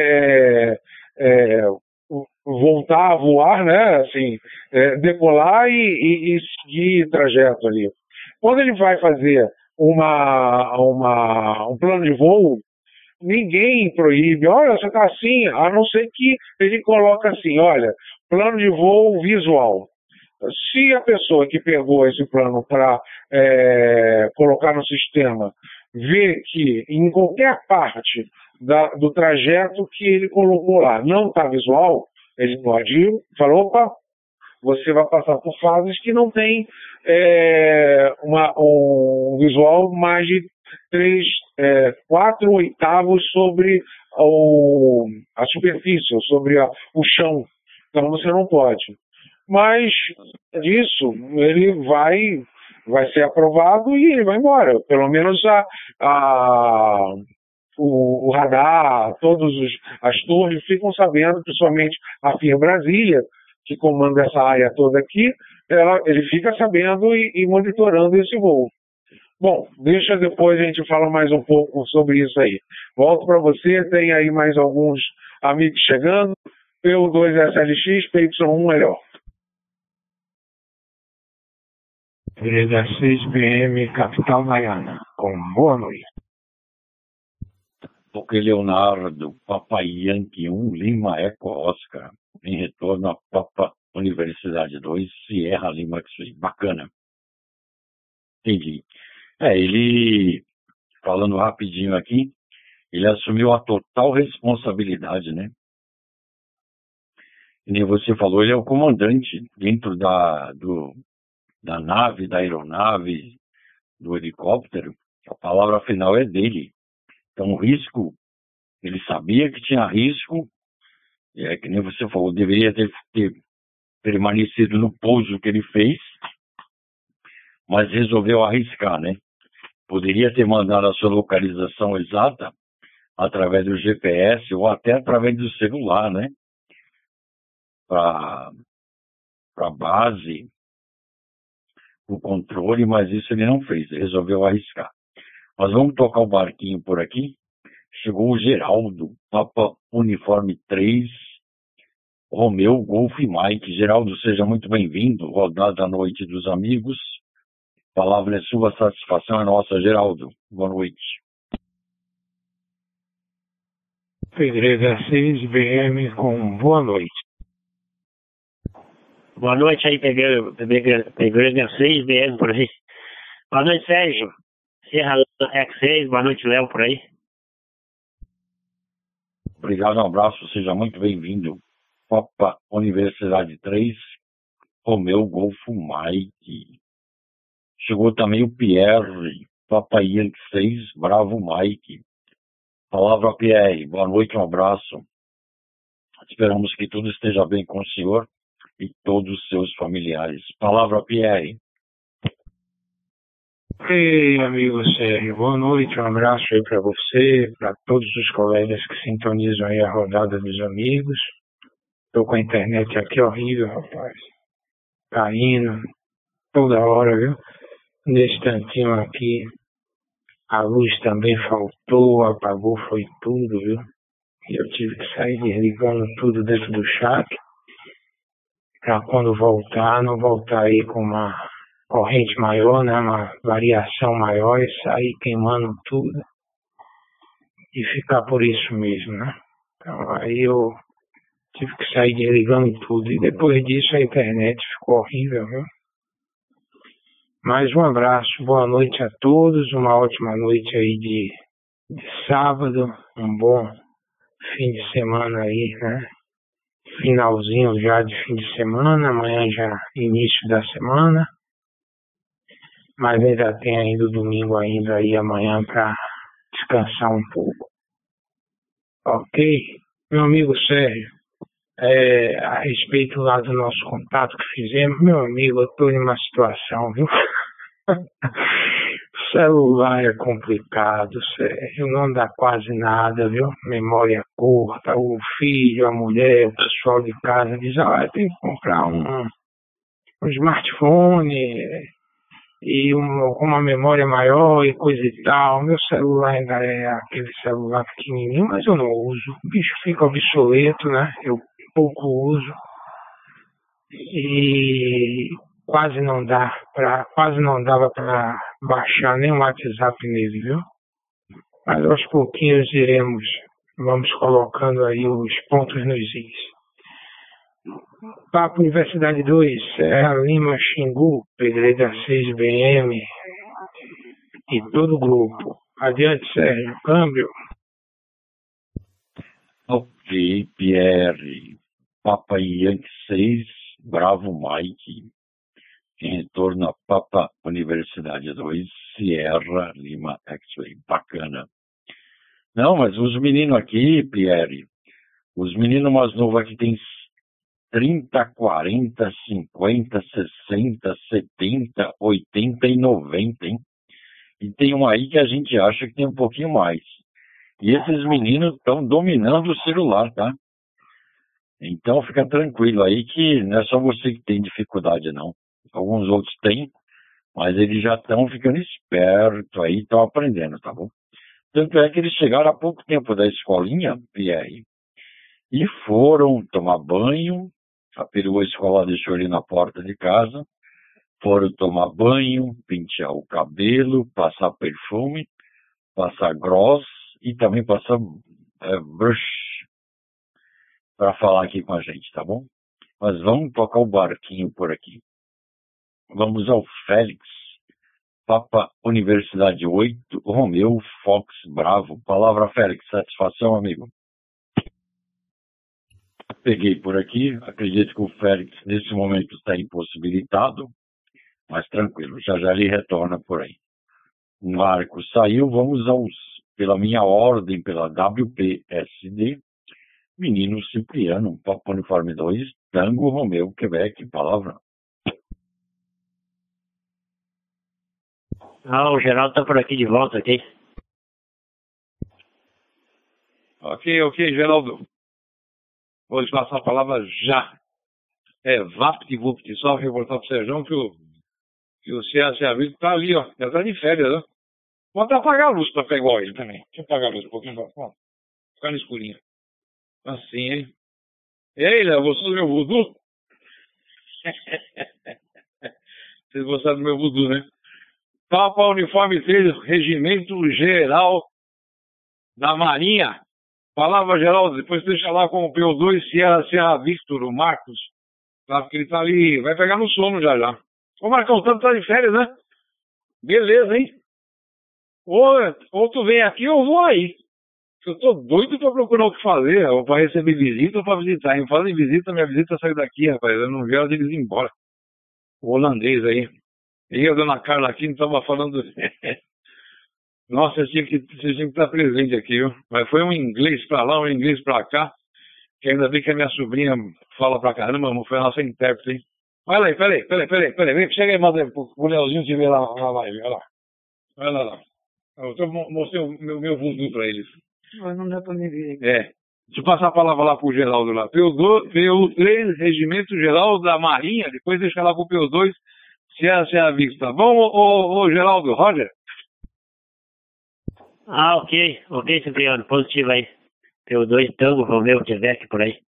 voltar a voar, né? Assim, decolar e seguir trajeto ali. Quando ele vai fazer um plano de voo, ninguém proíbe, olha, você está assim, a não ser que ele coloca assim, olha, plano de voo visual. Se a pessoa que pegou esse plano para colocar no sistema vê que em qualquer parte do trajeto que ele colocou lá não está visual, ele pode ir, falou, opa, você vai passar por fases que não tem um visual mais de 4 oitavos sobre a superfície, ou sobre o chão. Então você não pode. Mas disso, ele vai ser aprovado e ele vai embora. Pelo menos o radar, as torres ficam sabendo, principalmente a FIR Brasília, que comanda essa área toda aqui, ele fica sabendo e monitorando esse voo. Bom, deixa depois a gente fala mais um pouco sobre isso aí. Volto para você, tem aí mais alguns amigos chegando, PU2SLX, PY1 melhor. 16 capital Maiana, com boa noite. Porque Leonardo, Papai Yankee 1, Lima Eco Oscar, em retorno a Papa Universidade 2, Sierra Lima X-Ray. Bacana. Entendi. Ele, falando rapidinho aqui, ele assumiu a total responsabilidade, né? E nem você falou, ele é o comandante dentro da nave, da aeronave, do helicóptero. A palavra final é dele. Então, o risco, ele sabia que tinha risco, que nem você falou, deveria ter permanecido no pouso que ele fez, mas resolveu arriscar, né? Poderia ter mandado a sua localização exata através do GPS ou até através do celular, né? Para a base, o controle, mas isso ele não fez, ele resolveu arriscar. Mas vamos tocar o barquinho por aqui. Chegou o Geraldo, Papa Uniforme 3, Romeu, Golf e Mike. Geraldo, seja muito bem-vindo. Rodada à noite dos amigos. Palavra é sua, satisfação é nossa, Geraldo. Boa noite. Pedreira 6, BM com boa noite. Boa noite aí, Pedreira 6, BM por aí. Boa noite, Sérgio. Serra X6, boa noite, Léo, por aí. Obrigado, um abraço, seja muito bem-vindo. Papa Universidade 3, Romeu, Golfo, Mike. Chegou também o Pierre, Papa Yankee 6, Bravo, Mike. Palavra Pierre, boa noite, um abraço. Esperamos que tudo esteja bem com o senhor e todos os seus familiares. Palavra Pierre. Ei, amigo Sérgio, boa noite, um abraço aí para você, para todos os colegas que sintonizam aí a rodada dos amigos. Tô com a internet aqui horrível, rapaz. Caindo toda hora, viu? Nesse tantinho aqui, a luz também faltou, apagou, foi tudo, viu? E eu tive que sair desligando tudo dentro do chat, para quando voltar, não voltar aí com uma corrente maior, né? Uma variação maior e sair queimando tudo. E ficar por isso mesmo, né? Então aí eu tive que sair desligando tudo. E depois disso a internet ficou horrível, viu? Mais um abraço, boa noite a todos, uma ótima noite aí de sábado, um bom fim de semana aí, né? Finalzinho já de fim de semana, amanhã já início da semana, mas ainda tem ainda o domingo ainda aí amanhã para descansar um pouco. Ok? Meu amigo Sérgio, a respeito lá do nosso contato que fizemos, meu amigo, eu estou em uma situação, viu? O celular é complicado, Sérgio, não dá quase nada, viu? Memória curta, o filho, a mulher, o pessoal de casa diz, tem que comprar um smartphone e uma memória maior e coisa e tal. Meu celular ainda é aquele celular pequenininho, mas eu não uso. O bicho fica obsoleto, né? Eu pouco uso e quase não dava para baixar nem o WhatsApp nele, viu? Mas aos pouquinhos vamos colocando aí os pontos nos is. Papo Universidade 2, Serra Lima, Xingu, Pedreira 6, BM e todo o grupo. Adiante, Sérgio, câmbio. Ok, Pierre, Papa Yankee 6, Bravo Mike, em retorno a Papa Universidade 2, Sierra Lima X-Ray, bacana. Não, mas os meninos aqui, Pierre, os meninos mais novos aqui tem 30, 40, 50, 60, 70, 80 e 90, hein? E tem um aí que a gente acha que tem um pouquinho mais. E esses meninos estão dominando o celular, tá? Então fica tranquilo aí que não é só você que tem dificuldade, não. Alguns outros têm, mas eles já estão ficando espertos aí, estão aprendendo, tá bom? Tanto é que eles chegaram há pouco tempo da escolinha, Pierre, e foram tomar banho, a perua escolar deixou ele na porta de casa, foram tomar banho, pentear o cabelo, passar perfume, passar gloss e também passar brush para falar aqui com a gente, tá bom? Mas vamos tocar o barquinho por aqui. Vamos ao Félix, Papa Universidade 8, Romeu, Fox, Bravo. Palavra Félix, satisfação, amigo. Peguei por aqui, acredito que o Félix nesse momento está impossibilitado, mas tranquilo, já ele retorna por aí. O Marco saiu, vamos pela minha ordem, pela WPSD, Menino Cipriano, Papa Uniforme 2, Tango, Romeu, Quebec, palavra. Ah, o Geraldo tá por aqui de volta, ok? Ok, Geraldo. Vou lhe passar a palavra já. VaptVupt, só reportar pro Sérgio que o CA tá ali, ó. Já tá de férias, né? Vou até apagar a luz pra pegar igual ele também. Deixa eu apagar a luz um pouquinho. Ó, ficar no escurinho. Assim, hein? E aí, Léo, gostou do meu voodoo? Vocês gostaram do meu voodoo, né? Papa Uniforme 3, Regimento Geral da Marinha. Palavra, Geraldo, depois deixa lá com o PO2 Serra Victor, o Marcos. Tá? Porque ele tá ali, vai pegar no sono já. Ô Marcão, tanto tá de férias, né? Beleza, hein? Ou tu vem aqui ou eu vou aí. Eu tô doido pra procurar o que fazer, ou pra receber visita ou pra visitar. Em fazem visita, minha visita saiu daqui, rapaz. Eu não vi ela deles ir embora. O holandês aí. E a dona Carla aqui não tava falando. Nossa, vocês tinham que estar presente aqui, viu? Mas foi um inglês pra lá, um inglês pra cá. Que ainda bem que a minha sobrinha fala pra caramba, não foi a nossa intérprete, hein? Olha aí, peraí. Chega aí, Madre, pro Leozinho te ver lá na live, olha lá. Olha lá. Eu mostrei o meu voodoo pra eles. Mas não dá pra me ver aqui. Deixa eu passar a palavra lá pro Geraldo lá. PO3, Regimento Geral da Marinha, depois deixa lá pro PO2, se a vista. Tá bom, ô Geraldo, Roger? Ah, ok, Cipriano, positivo aí. PO2 Tango, Romeu, Quebec, por aí.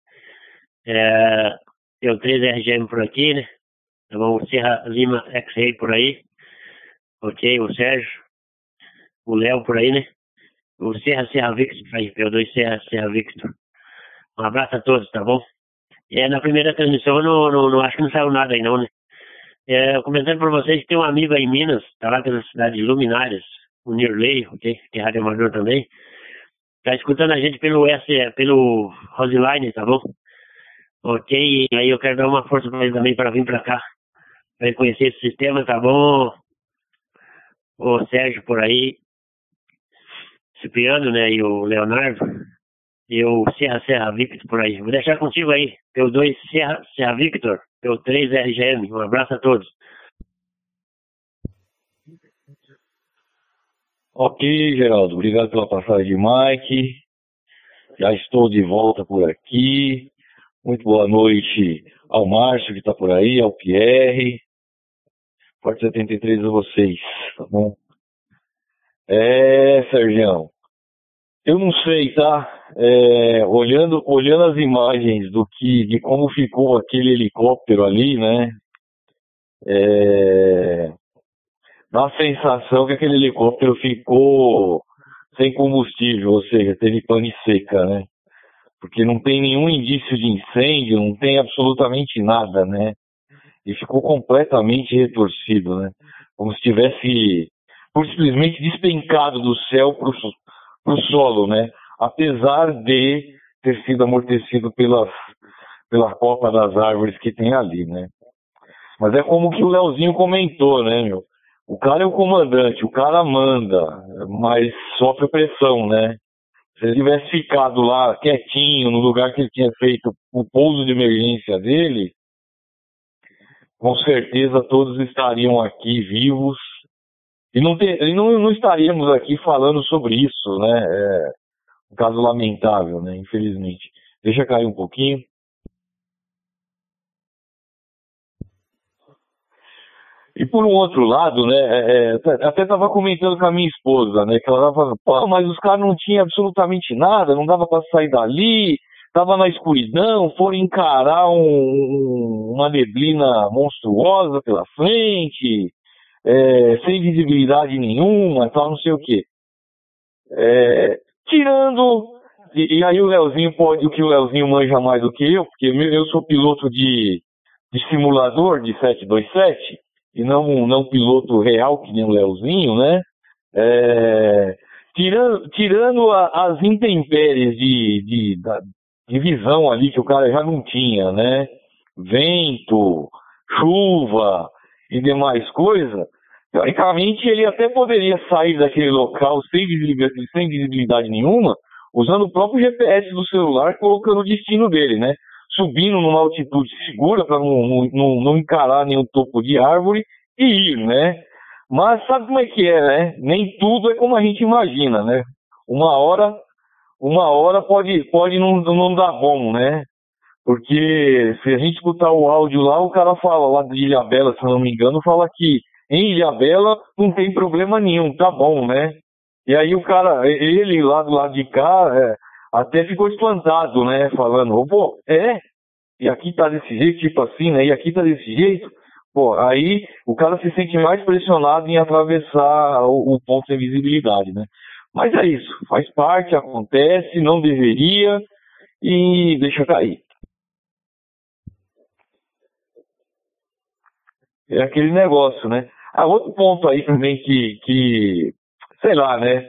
PO3 RGM por aqui, né? Tá bom, o Serra Lima X-Ray por aí. Ok, o Sérgio. O Léo por aí, né? O Serra Victor por aí, PO2 Serra Victor. Um abraço a todos, tá bom? Na primeira transmissão eu não acho que não saiu nada aí não, né? Comentando pra vocês que tem um amigo aí em Minas, tá lá pela cidade de Luminárias, o Nirley, ok? Que é rádio amador também. Tá escutando a gente pelo Roseline, tá bom? Ok, e aí eu quero dar uma força pra ele também pra vir pra cá. Pra ele conhecer esse sistema, tá bom? O Sérgio por aí, Cipriano, né? E o Leonardo. E o Serra Victor por aí. Vou deixar contigo aí. PO2 Serra Victor. PO3 RGM. Um abraço a todos. Ok, Geraldo. Obrigado pela passagem de Mike. Já estou de volta por aqui. Muito boa noite ao Márcio que está por aí, ao Pierre. Forte 73 a vocês, tá bom? Sergião. Eu não sei, tá? Olhando as imagens de como ficou aquele helicóptero ali, né? Dá a sensação que aquele helicóptero ficou sem combustível, ou seja, teve pane seca, né? Porque não tem nenhum indício de incêndio, não tem absolutamente nada, né? E ficou completamente retorcido, né? Como se tivesse simplesmente despencado do céu pro solo, né? Apesar de ter sido amortecido pela copa das árvores que tem ali, né? Mas é como que o Leozinho comentou, né, meu? O cara é o comandante, o cara manda, mas sofre pressão, né? Se ele tivesse ficado lá quietinho, no lugar que ele tinha feito o pouso de emergência dele, com certeza todos estariam aqui vivos e não estaríamos aqui falando sobre isso, né? Um caso lamentável, né? Infelizmente. Deixa cair um pouquinho. E por um outro lado, né? Até estava comentando com a minha esposa, né? Que ela estava falando, pô, mas os caras não tinham absolutamente nada, não dava para sair dali, estava na escuridão, foram encarar uma neblina monstruosa pela frente, sem visibilidade nenhuma, tal, não sei o quê. Tirando, e aí o Leozinho o que o Leozinho manja mais do que eu, porque eu sou piloto de simulador de 727, e não um piloto real que nem o Leozinho, né? Tirando as intempéries de visão ali que o cara já não tinha, né? Vento, chuva e demais coisas, teoricamente ele até poderia sair daquele local sem visibilidade nenhuma, usando o próprio GPS do celular, colocando o destino dele, né? Subindo numa altitude segura para não encarar nenhum topo de árvore e ir, né? Mas sabe como é que é, né? Nem tudo é como a gente imagina, né? Uma hora pode não dar bom, né? Porque se a gente escutar o áudio lá, o cara fala lá de Ilhabela, se eu não me engano, fala que em Ilhabela não tem problema nenhum, tá bom, né? E aí o cara, ele lá do lado de cá, até ficou espantado, né? Falando, pô, e aqui tá desse jeito, tipo assim, né? E aqui tá desse jeito. Pô, aí o cara se sente mais pressionado em atravessar o ponto de visibilidade, né? Mas é isso, faz parte, acontece, não deveria, e deixa cair. É aquele negócio, né? Outro ponto aí também que sei lá, né?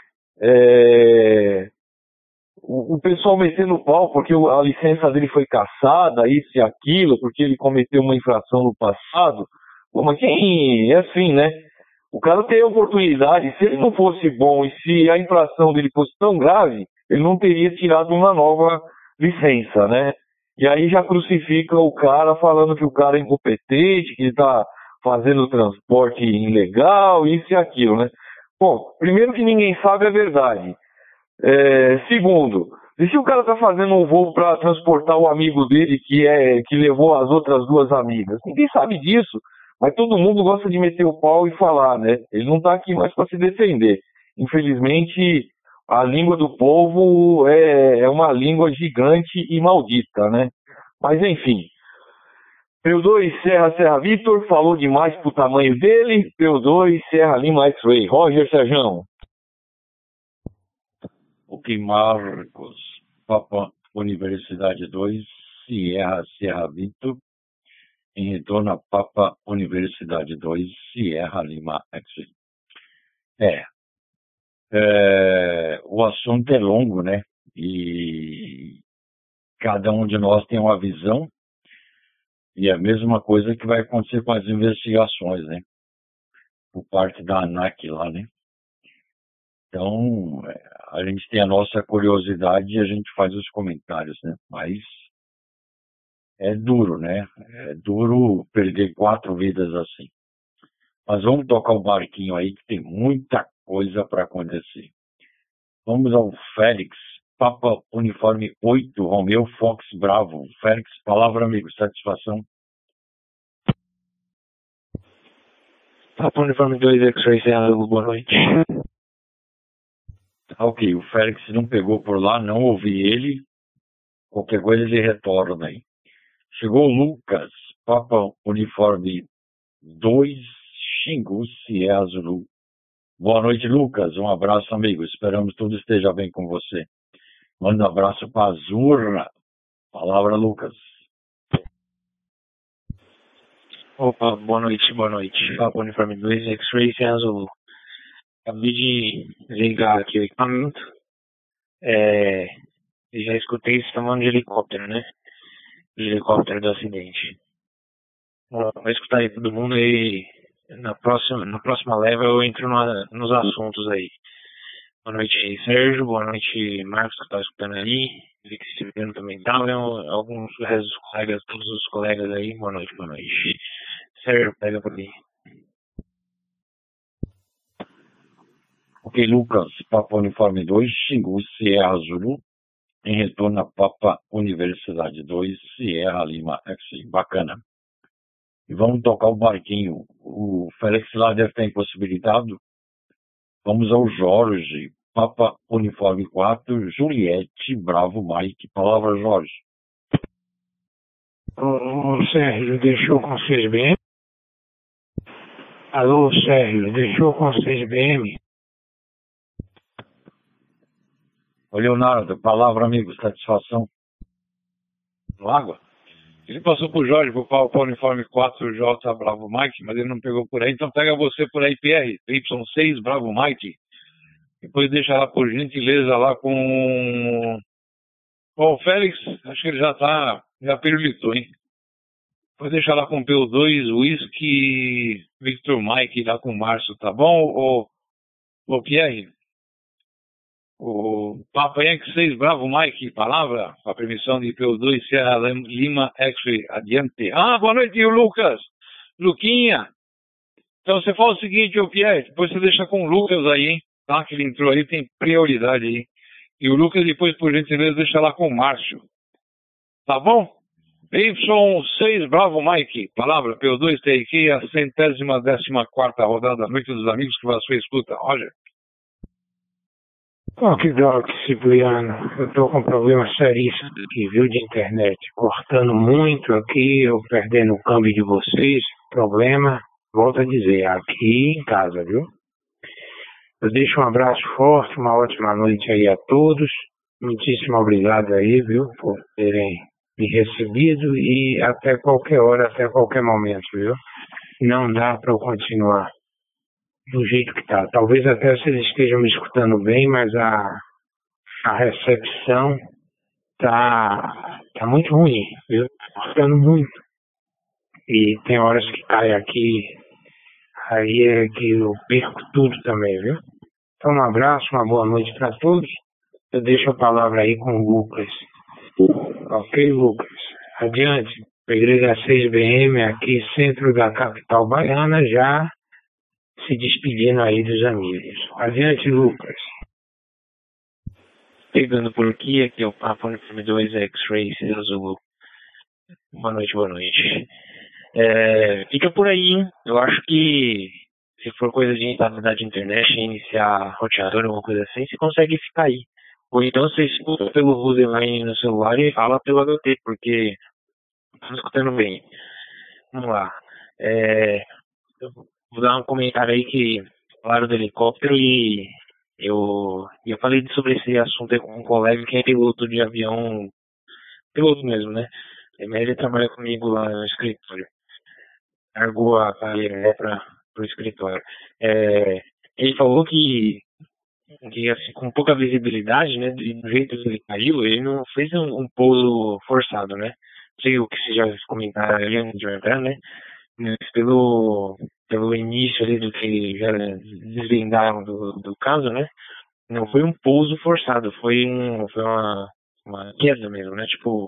O pessoal metendo o pau porque a licença dele foi cassada, isso e aquilo, porque ele cometeu uma infração no passado. Pô, mas quem é assim, né? O cara tem a oportunidade, se ele não fosse bom e se a infração dele fosse tão grave, ele não teria tirado uma nova licença, né? E aí já crucifica o cara falando que o cara é incompetente, que ele tá fazendo transporte ilegal, isso e aquilo, né? Bom, primeiro que ninguém sabe a verdade. Segundo, e se o cara tá fazendo um voo para transportar o amigo dele que levou as outras duas amigas? Ninguém sabe disso, mas todo mundo gosta de meter o pau e falar, né? Ele não tá aqui mais para se defender. Infelizmente, a língua do povo é uma língua gigante e maldita, né? Mas enfim. P2 Serra Vitor falou demais pro tamanho dele. P2 Serra Lima X-Ray. Roger Serjão. Ok, Marcos, Papa Universidade 2, Serra Vitor, em retorno a Papa Universidade 2, Sierra Lima X-Ray. O assunto é longo, né? E cada um de nós tem uma visão, e é a mesma coisa que vai acontecer com as investigações, né? Por parte da ANAC lá, né? Então, a gente tem a nossa curiosidade e a gente faz os comentários, né? Mas é duro, né? É duro perder 4 vidas assim. Mas vamos tocar o barquinho aí, que tem muita coisa para acontecer. Vamos ao Félix, Papa Uniforme 8, Romeu Fox Bravo. Félix, palavra, amigo, satisfação. Papa Uniforme 2, X-Ray, boa noite. Ok, o Félix não pegou por lá, não ouvi ele. Qualquer coisa ele retorna aí. Chegou o Lucas, Papa Uniforme 2, Xingu, Sierra Zulu. Boa noite, Lucas. Um abraço, amigo. Esperamos que tudo esteja bem com você. Manda um abraço para Azurra. Palavra, Lucas. Opa, boa noite. Papa Uniforme 2, X-Ray, Sierra Zulu. Acabei de ligar aqui o equipamento. Já escutei você falando de helicóptero, né? De helicóptero do acidente. Vou escutar aí todo mundo e na próxima leva eu entro nos assuntos aí. Boa noite, Sérgio. Boa noite, Marcos, que tá escutando aí. Vi que esse Silviano também tá. Alguns dos colegas, todos os colegas aí. Boa noite. Sérgio, pega por aí. Ok, Lucas, Papa Uniforme 2, Xingu, Sierra Zulu, em retorno a Papa Universidade 2, Sierra Lima X. Bacana. E vamos tocar o barquinho. O Félix lá deve estar impossibilitado. Vamos ao Jorge, Papa Uniforme 4, Juliette, Bravo Mike. Palavra, Jorge. Ô, Sérgio, deixou com 6BM? Alô, Sérgio, deixou com 6BM? Ô, Leonardo, palavra, amigo, satisfação. No água? Ele passou pro Jorge, pro Uniforme 4, J Bravo Mike, mas ele não pegou por aí. Então pega você por aí, PR, Y6 Bravo Mike. Depois deixa lá por gentileza lá com o Félix. Acho que ele já pirulitou, hein? Depois deixa lá com o P2, Whisky, Victor Mike lá com o Márcio, tá bom? Ô Pierre, o Papa Yankee 6 Bravo Mike, palavra, com a permissão de P2 Serra Lima X-Ray, adiante. Boa noite, Lucas, Luquinha. Então você fala o seguinte, ô Pierre, depois você deixa com o Lucas aí, hein? Tá? Que ele entrou aí, tem prioridade aí. E o Lucas depois, por gentileza, deixa lá com o Márcio. Tá bom? Y6 Bravo Mike, palavra P2 TQ, a 114ª rodada, Noite dos Amigos, que você escuta. Roger. Ok, Cipriano, eu tô com um problema seríssimo aqui, viu, de internet. Cortando muito aqui, eu perdendo o câmbio de vocês. Problema, volto a dizer, aqui em casa, viu? Eu deixo um abraço forte, uma ótima noite aí a todos. Muitíssimo obrigado aí, viu, por terem me recebido e até qualquer hora, até qualquer momento, viu? Não dá para eu continuar do jeito que tá. Talvez até vocês estejam me escutando bem, mas a recepção tá muito ruim, viu? Tá cortando muito. E tem horas que cai aqui, aí é que eu perco tudo também, viu? Então um abraço, uma boa noite para todos. Eu deixo a palavra aí com o Lucas. Ok, Lucas? Adiante. Igreja 6BM aqui, centro da capital baiana, já se despedindo aí dos amigos. Adiante, Lucas. Pegando por aqui é o Papa Uniforme 2 X-Ray Azul. Boa noite, boa noite. Fica por aí, hein? Eu acho que se for coisa de instabilidade de internet, iniciar roteador, alguma coisa assim, você consegue ficar aí. Ou então você escuta pelo Roseline no celular e fala pelo HT, porque estamos escutando bem. Vamos lá. Eu vou dar um comentário aí que falaram do helicóptero e eu falei sobre esse assunto aí com um colega que é piloto de avião, piloto mesmo, né? Ele trabalha comigo lá no escritório. Largou a carreira, né, pro escritório. Ele falou que assim, com pouca visibilidade, né, do jeito que ele caiu, ele não fez um pouso forçado, né? Não sei o que vocês já comentaram ali antes de eu entrar, né? Mas pelo início ali do que já desvendaram do caso, né? Não foi um pouso forçado, foi uma queda mesmo, né? Tipo,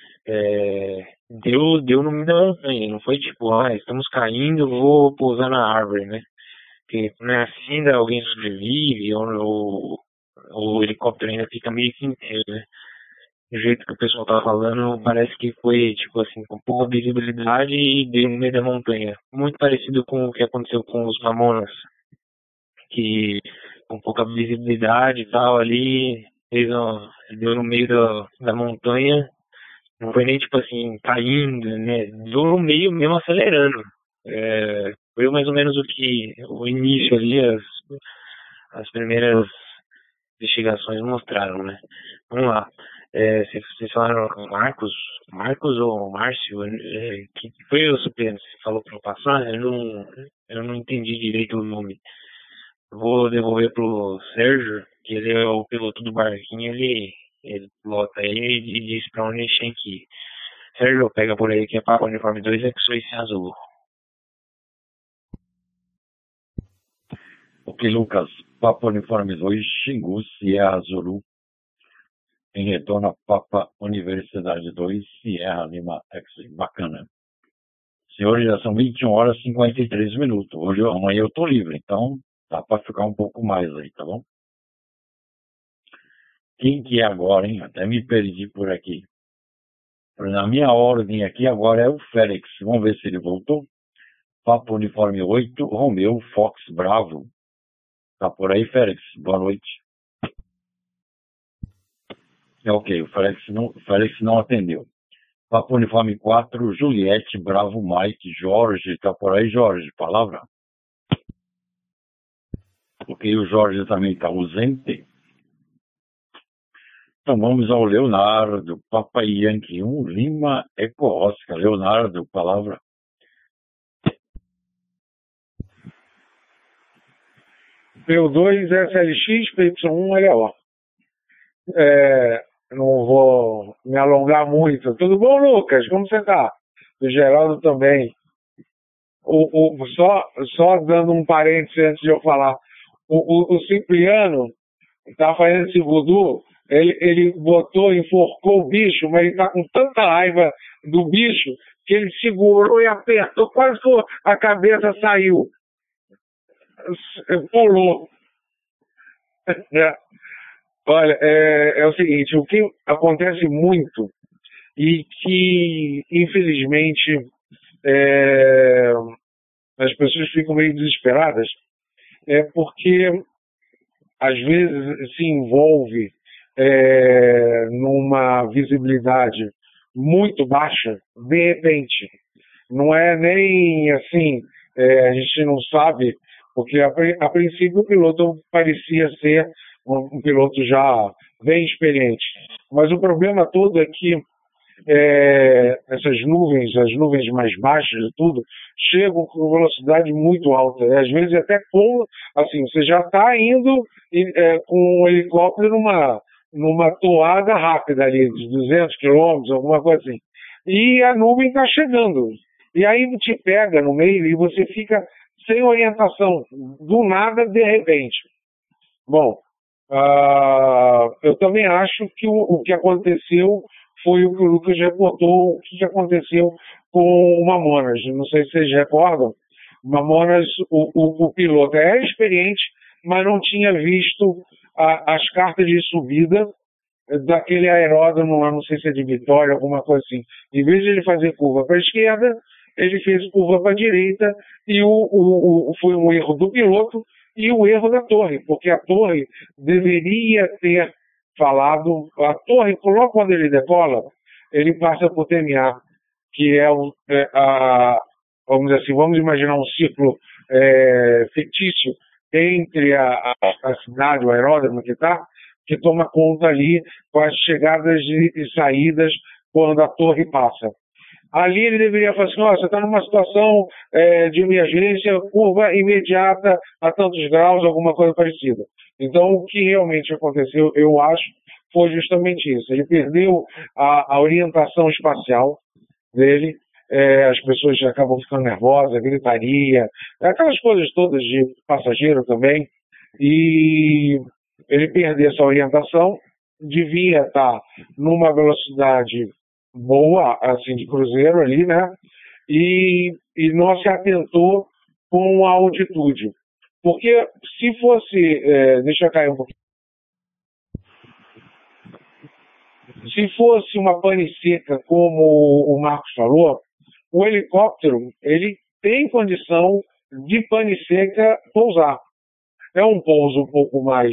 deu no meio da montanha, não foi tipo, estamos caindo, vou pousar na árvore, né? Porque não é assim, ainda alguém sobrevive, ou o helicóptero ainda fica meio que inteiro, né? Do jeito que o pessoal tava falando, parece que foi, tipo assim, com pouca visibilidade e deu no meio da montanha. Muito parecido com o que aconteceu com os Mamonas, que com pouca visibilidade e tal, ali, deu no meio da montanha, não foi nem, tipo assim, caindo, né? Deu no meio mesmo acelerando. Foi mais ou menos o início ali, as primeiras investigações mostraram, né? Vamos lá. Vocês falaram com Marcos ou Márcio, que foi o Supremo, você falou para eu passar, eu não entendi direito o nome. Vou devolver pro Sérgio, que ele é o piloto do barquinho, ele pilota aí e diz para onde a gente tem que ir. Sérgio, pega por aí que é Papa Uniforme 2 X-Ray Azul. Ok, Lucas. Papa Uniforme 2, Xingu, Sierra Zulu. Em retorno a Papa Universidade 2, Sierra Lima X. Bacana. Senhores, já são 21 horas e 53 minutos. Amanhã eu estou livre, então dá para ficar um pouco mais aí, tá bom? Quem que é agora, hein? Até me perdi por aqui. Na minha ordem aqui agora é o Félix. Vamos ver se ele voltou. Papa Uniforme 8, Romeu Fox Bravo. Tá por aí, Félix? Boa noite. Ok, o Félix não atendeu. Papa Uniforme 4, Juliette Bravo Mike, Jorge. Tá por aí, Jorge? Palavra? Ok, o Jorge também está ausente. Então vamos ao Leonardo, Papa Yankee 1, Lima, Eco Oscar. Leonardo, palavra. P2 SLX, PY1 LO. Não vou me alongar muito. Tudo bom, Lucas? Como você tá? O Geraldo também. Só dando um parênteses antes de eu falar. O Cipriano tá fazendo esse voodoo, ele enforcou o bicho, mas ele tá com tanta raiva do bicho que ele segurou e apertou, quase que a cabeça saiu. pulou. Olha, é o seguinte, o que acontece muito e que, infelizmente, as pessoas ficam meio desesperadas, é porque, às vezes, se envolve numa visibilidade muito baixa, de repente. Não é nem assim, a gente não sabe, porque a princípio o piloto parecia ser um piloto já bem experiente. Mas o problema todo é que essas nuvens, as nuvens mais baixas e tudo, chegam com velocidade muito alta. E às vezes até assim, você já está indo com um helicóptero numa toada rápida ali, de 200 quilômetros, alguma coisa assim. E a nuvem está chegando. E aí te pega no meio e você fica sem orientação, do nada, de repente. Bom, eu também acho que o que aconteceu foi o que o Lucas reportou, o que aconteceu com o Mamonas. Não sei se vocês recordam. O Mamonas, o piloto é experiente, mas não tinha visto as cartas de subida daquele aeródromo lá, não sei se é de Vitória, alguma coisa assim. Em vez de ele fazer curva para a esquerda, ele fez curva para a direita e foi um erro do piloto e o erro da torre, porque a torre deveria ter falado, a torre, logo quando ele decola, ele passa por TMA, que vamos dizer assim, vamos imaginar um ciclo fictício entre a cidade, o aeródromo que toma conta ali com as chegadas e saídas quando a torre passa. Ali ele deveria falar assim, você está numa situação de emergência, curva imediata a tantos graus, alguma coisa parecida. Então, o que realmente aconteceu, eu acho, foi justamente isso. Ele perdeu a orientação espacial dele, as pessoas acabam ficando nervosas, gritaria, aquelas coisas todas de passageiro também, e ele perdeu essa orientação, devia estar numa velocidade boa, assim, de cruzeiro ali, né? E não se atentou com a altitude. Porque se fosse, deixa eu cair um pouquinho. Se fosse uma pane seca, como o Marcos falou, o helicóptero, ele tem condição de pane seca pousar. É um pouso um pouco mais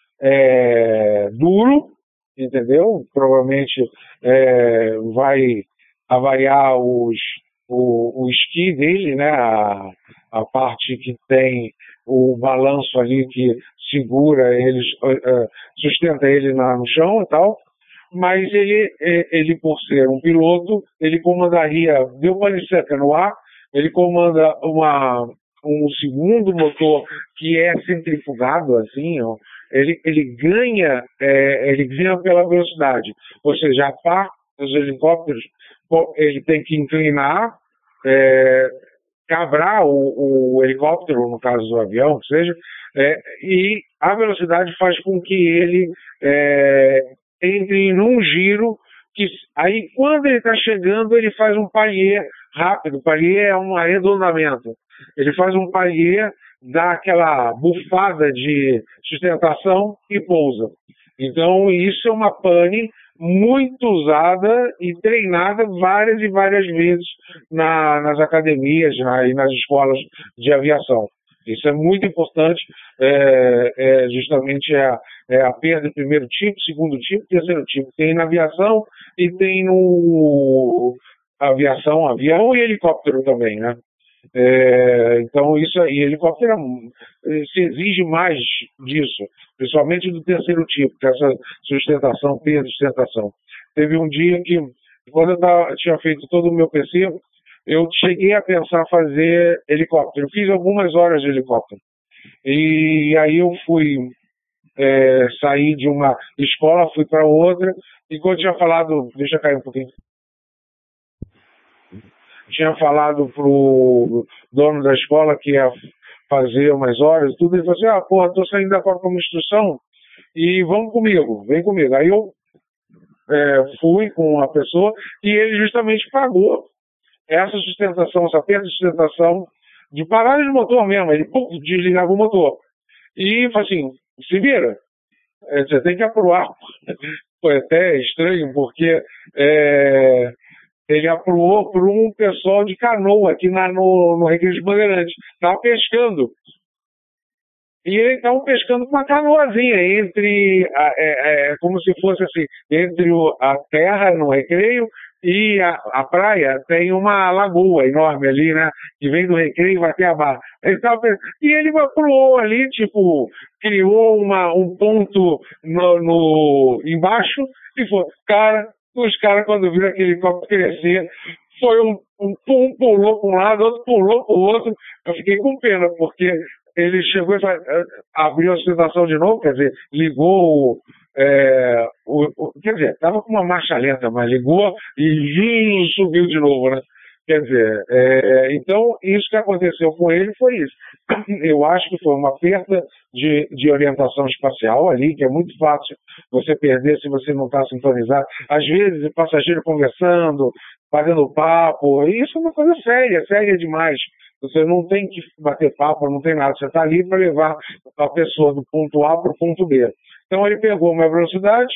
duro, entendeu? Provavelmente vai avariar o esqui dele, né? A parte que tem o balanço ali que segura ele, sustenta ele no chão e tal. Mas ele, por ser um piloto, ele comandaria, deu pane seca no ar, ele comanda um segundo motor que é centrifugado, assim, ó, ele ganha pela velocidade. Ou seja, a parte dos helicópteros, ele tem que inclinar, cabrar o helicóptero, no caso do avião, que seja, e a velocidade faz com que ele entre num giro, que aí quando ele está chegando, ele faz um palier rápido. Palier é um arredondamento. Ele faz um palier, dá aquela bufada de sustentação e pousa. Então, isso é uma pane muito usada e treinada várias e várias vezes nas academias e nas escolas de aviação. Isso é muito importante, justamente a perda do primeiro tipo, segundo tipo, terceiro tipo. Tem na aviação e tem no avião e helicóptero também, né? Então isso aí, helicóptero se exige mais disso, principalmente do terceiro tipo, que é essa sustentação, perda de sustentação. Teve um dia que, quando eu tinha feito todo o meu PC, eu cheguei a pensar fazer helicóptero. Eu fiz algumas horas de helicóptero. E aí eu fui sair de uma escola, fui para outra, e quando eu tinha falado, deixa eu cair um pouquinho, tinha falado pro dono da escola que ia fazer umas horas, tudo, ele falou assim, tô saindo da Copa como instrução, e vamos comigo, vem comigo. Aí eu fui com a pessoa, e ele justamente pagou essa sustentação, essa perda de sustentação de parada de motor mesmo. Ele desligava o motor. E falou assim, se vira, você tem que aproar. Foi até estranho, porque ele aproou por um pessoal de canoa aqui no Recreio de Bandeirantes. Estava pescando. E eles estavam pescando com uma canoazinha entre, como se fosse assim, entre a terra no Recreio e a praia tem uma lagoa enorme ali, né? Que vem do Recreio e vai até a barra. E ele pulou ali, tipo, criou um ponto embaixo e foi. Os caras, quando viram aquele copo crescer, foi um pulou para um lado, outro pulou para o outro. Eu fiquei com pena, porque ele chegou e abriu a situação de novo, quer dizer, ligou quer dizer, estava com uma marcha lenta, mas ligou e subiu de novo, né? Quer dizer, então isso que aconteceu com ele foi isso. Eu acho que foi uma perda de orientação espacial ali, que é muito fácil você perder se você não está sintonizado. Às vezes, o passageiro conversando, fazendo papo, isso é uma coisa séria demais. Você não tem que bater papo, não tem nada. Você está ali para levar a pessoa do ponto A para o ponto B. Então ele pegou uma velocidade,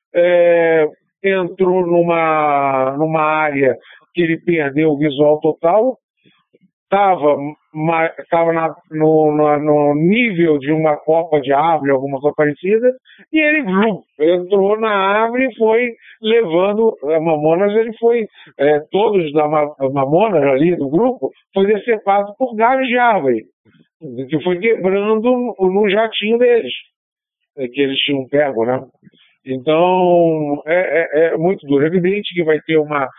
entrou numa área que ele perdeu o visual total, estava no nível de uma copa de árvore, alguma coisa parecida, e ele entrou na árvore e foi levando a Mamonas, ele foi, todos da Mamonas ali do grupo, foi decepado por galhos de árvore, que foi quebrando no jatinho deles, que eles tinham pego, né? Então, é muito duro. É evidente que vai ter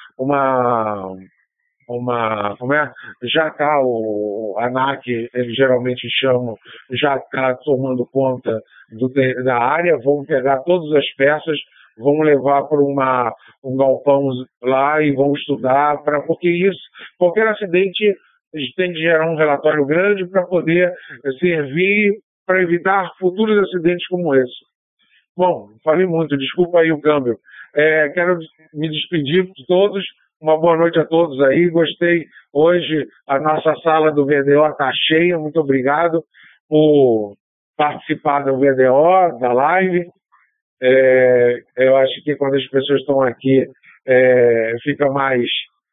já está o ANAC, eles geralmente chamam, já está tomando conta da área, vão pegar todas as peças, vão levar para um galpão lá e vão estudar, porque isso, qualquer acidente tem que gerar um relatório grande para poder servir para evitar futuros acidentes como esse. Bom, falei muito, desculpa aí o câmbio. Quero me despedir de todos. Uma boa noite a todos aí. Gostei. Hoje a nossa sala do VDO está cheia. Muito obrigado por participar do VDO, da live. Eu acho que quando as pessoas estão aqui, fica mais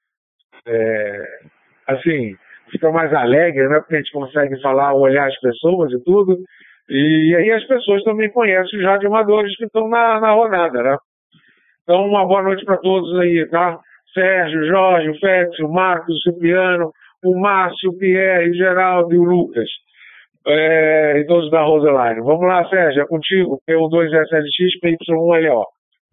fica mais alegre, né? Porque a gente consegue falar, olhar as pessoas e tudo. E aí as pessoas também conhecem os radioamadores que estão na rodada, né? Então, uma boa noite para todos aí, tá? Sérgio, Jorge, o Félix, o Marcos, o Cipriano, o Márcio, o Pierre, o Geraldo e o Lucas. E todos da Roseline. Vamos lá, Sérgio, é contigo. P2SLX, PY1LO.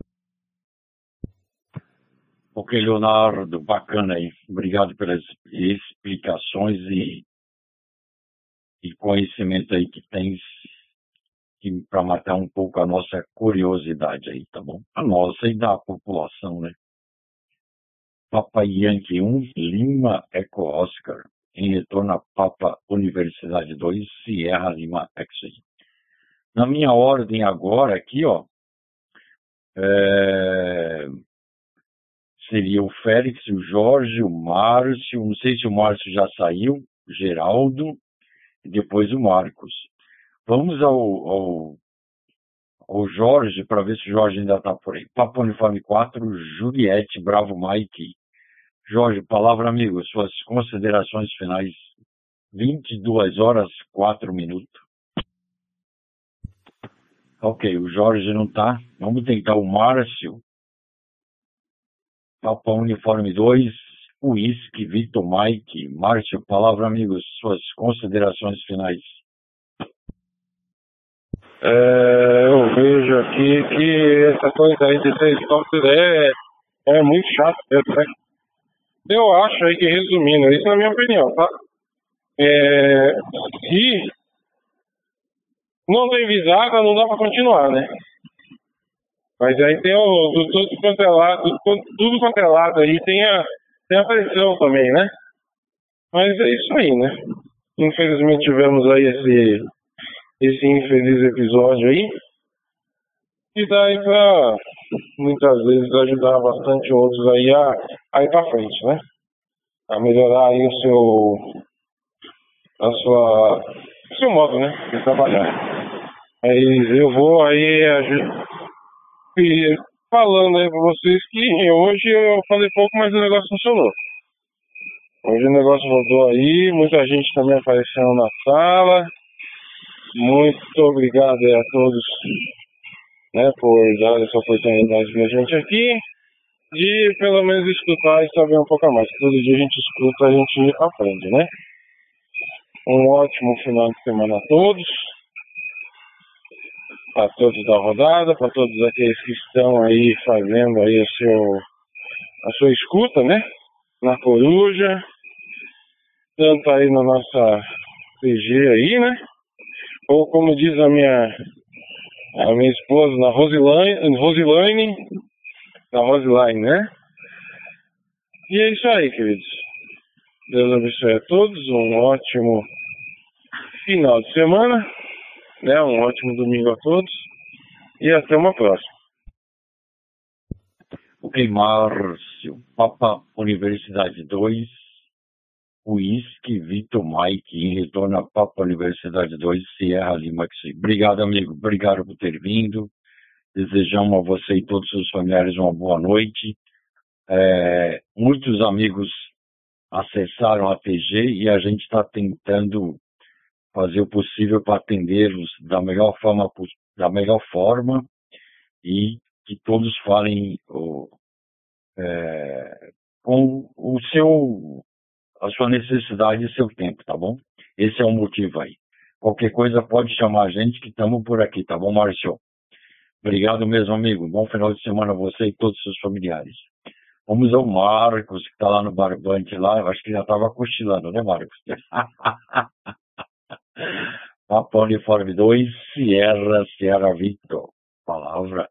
Ok, Leonardo, bacana aí. Obrigado pelas explicações e conhecimento aí que tens para matar um pouco a nossa curiosidade aí, tá bom? A nossa e da população, né? Papa Yankee 1, Lima Eco Oscar, em retorno a Papa Universidade 2, Sierra Lima X-Ray. Na minha ordem agora aqui, ó, seria o Félix, o Jorge, o Márcio, não sei se o Márcio já saiu, o Geraldo, e depois o Marcos. Vamos ao Jorge, para ver se o Jorge ainda está por aí. Papa Uniforme 4, Juliette, Bravo Mike. Jorge, palavra amigo, suas considerações finais. 22 horas, 4 minutos. Ok, o Jorge não está. Vamos tentar o Márcio. Papa Uniforme 2, Whisky, Vitor Mike. Márcio, palavra amigo, suas considerações finais. Eu vejo aqui que essa coisa aí de ser helicóptero é muito chato mesmo, né? Eu acho aí que, resumindo, isso na minha opinião, tá? Se não tem visada, não dá pra continuar, né? Mas aí tem tudo quanto é lado aí, tem a pressão também, né? Mas é isso aí, né? Infelizmente tivemos aí esse infeliz episódio aí, e daí pra muitas vezes ajudar bastante outros aí a ir pra frente, né? A melhorar aí seu modo, né, de trabalhar. Aí eu vou e falando aí pra vocês que hoje eu falei pouco, mas o negócio funcionou. Hoje o negócio rodou aí, muita gente também aparecendo na sala. Muito obrigado a todos, né, por dar essa oportunidade pra gente aqui, de pelo menos escutar e saber um pouco mais. Todo dia a gente escuta, a gente aprende, né? Um ótimo final de semana a todos da rodada, para todos aqueles que estão aí fazendo aí a sua escuta, né? Na Coruja, tanto aí na nossa PG aí, né? Ou como diz a minha esposa, na Rosilaine, né? E é isso aí, queridos. Deus abençoe a todos, um ótimo final de semana, né? Um ótimo domingo a todos e até uma próxima. Em Márcio, Papa Universidade 2, Whisky Vitor Mike, em retorno a Papa Universidade 2, Sierra Lima. Obrigado, amigo. Obrigado por ter vindo. Desejamos a você e todos os seus familiares uma boa noite. Muitos amigos acessaram a TG e a gente está tentando fazer o possível para atendê-los da melhor forma e que todos falem com a sua necessidade e seu tempo, tá bom? Esse é o motivo aí. Qualquer coisa pode chamar a gente que estamos por aqui, tá bom, Márcio? Obrigado mesmo, amigo. Bom final de semana a você e todos os seus familiares. Vamos ao Marcos, que está lá no Barbante lá. Eu acho que já estava cochilando, né, Marcos? Papa Uniforme 2, Sierra Victor. Palavra.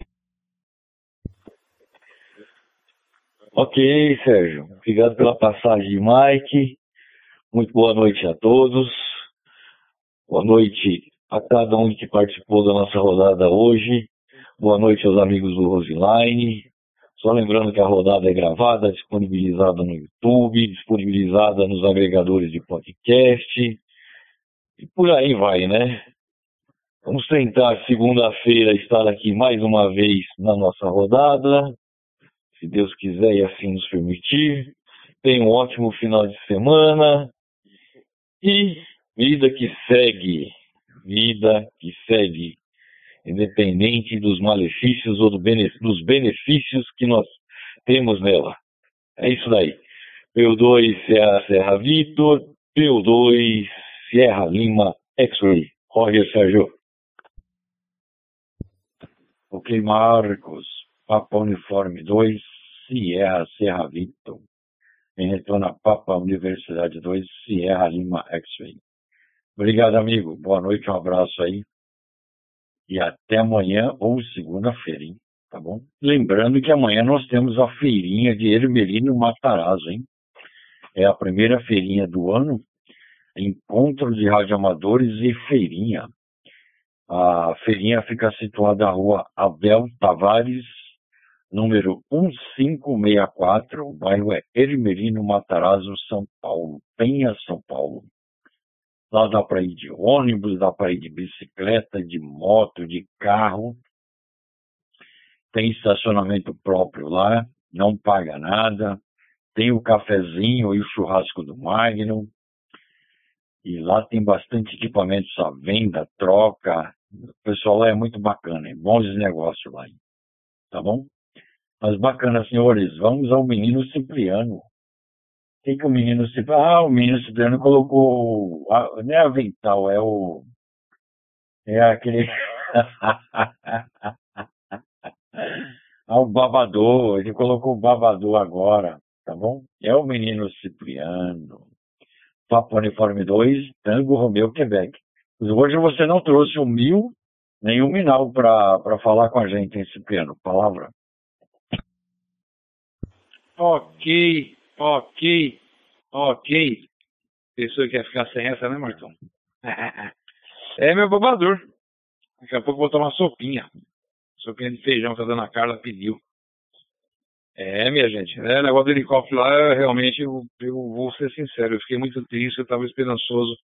Ok, Sérgio. Obrigado pela passagem, Mike. Muito boa noite a todos. Boa noite a cada um que participou da nossa rodada hoje. Boa noite aos amigos do Rosiline. Só lembrando que a rodada é gravada, disponibilizada no YouTube, disponibilizada nos agregadores de podcast. E por aí vai, né? Vamos tentar segunda-feira estar aqui mais uma vez na nossa rodada, se Deus quiser e assim nos permitir. Tenha um ótimo final de semana e vida que segue, independente dos malefícios ou dos benefícios que nós temos nela. É isso daí. P2 Serra Vitor, P2 Sierra Lima X-Ray. Roger, Sérgio. Ok, Marcos. Papa Uniforme 2, Serra Vitor. Em retorno a Papa Universidade 2, Sierra Lima X-Ray. Obrigado, amigo. Boa noite, um abraço aí. E até amanhã ou segunda-feira, hein? Tá bom? Lembrando que amanhã nós temos a feirinha de Ermelino Matarazzo, hein? É a primeira feirinha do ano. Encontro de radioamadores e feirinha. A feirinha fica situada na rua Abel Tavares, número 1564, o bairro é Ermelino Matarazzo, São Paulo, Penha, São Paulo. Lá dá para ir de ônibus, dá para ir de bicicleta, de moto, de carro. Tem estacionamento próprio lá, não paga nada. Tem o cafezinho e o churrasco do Magno. E lá tem bastante equipamentos à venda, troca. O pessoal lá é muito bacana, bons negócios lá. Tá bom? Mas bacana, senhores, vamos ao menino Cipriano. O que o menino Cipriano... o menino Cipriano colocou... não é avental, é aquele... o babador, ele colocou o babador agora, tá bom? É o menino Cipriano. Papa Uniforme 2, Tango Romeo, Quebec. Hoje você não trouxe nem o Minal para falar com a gente, hein, Cipriano? Palavra. Ok. Pessoa que quer ficar sem essa, né, Martão? É meu babador. Daqui a pouco vou tomar sopinha. Sopinha de feijão que a dona Carla pediu. Minha gente, negócio do helicóptero lá, realmente, eu vou ser sincero, eu fiquei muito triste, eu estava esperançoso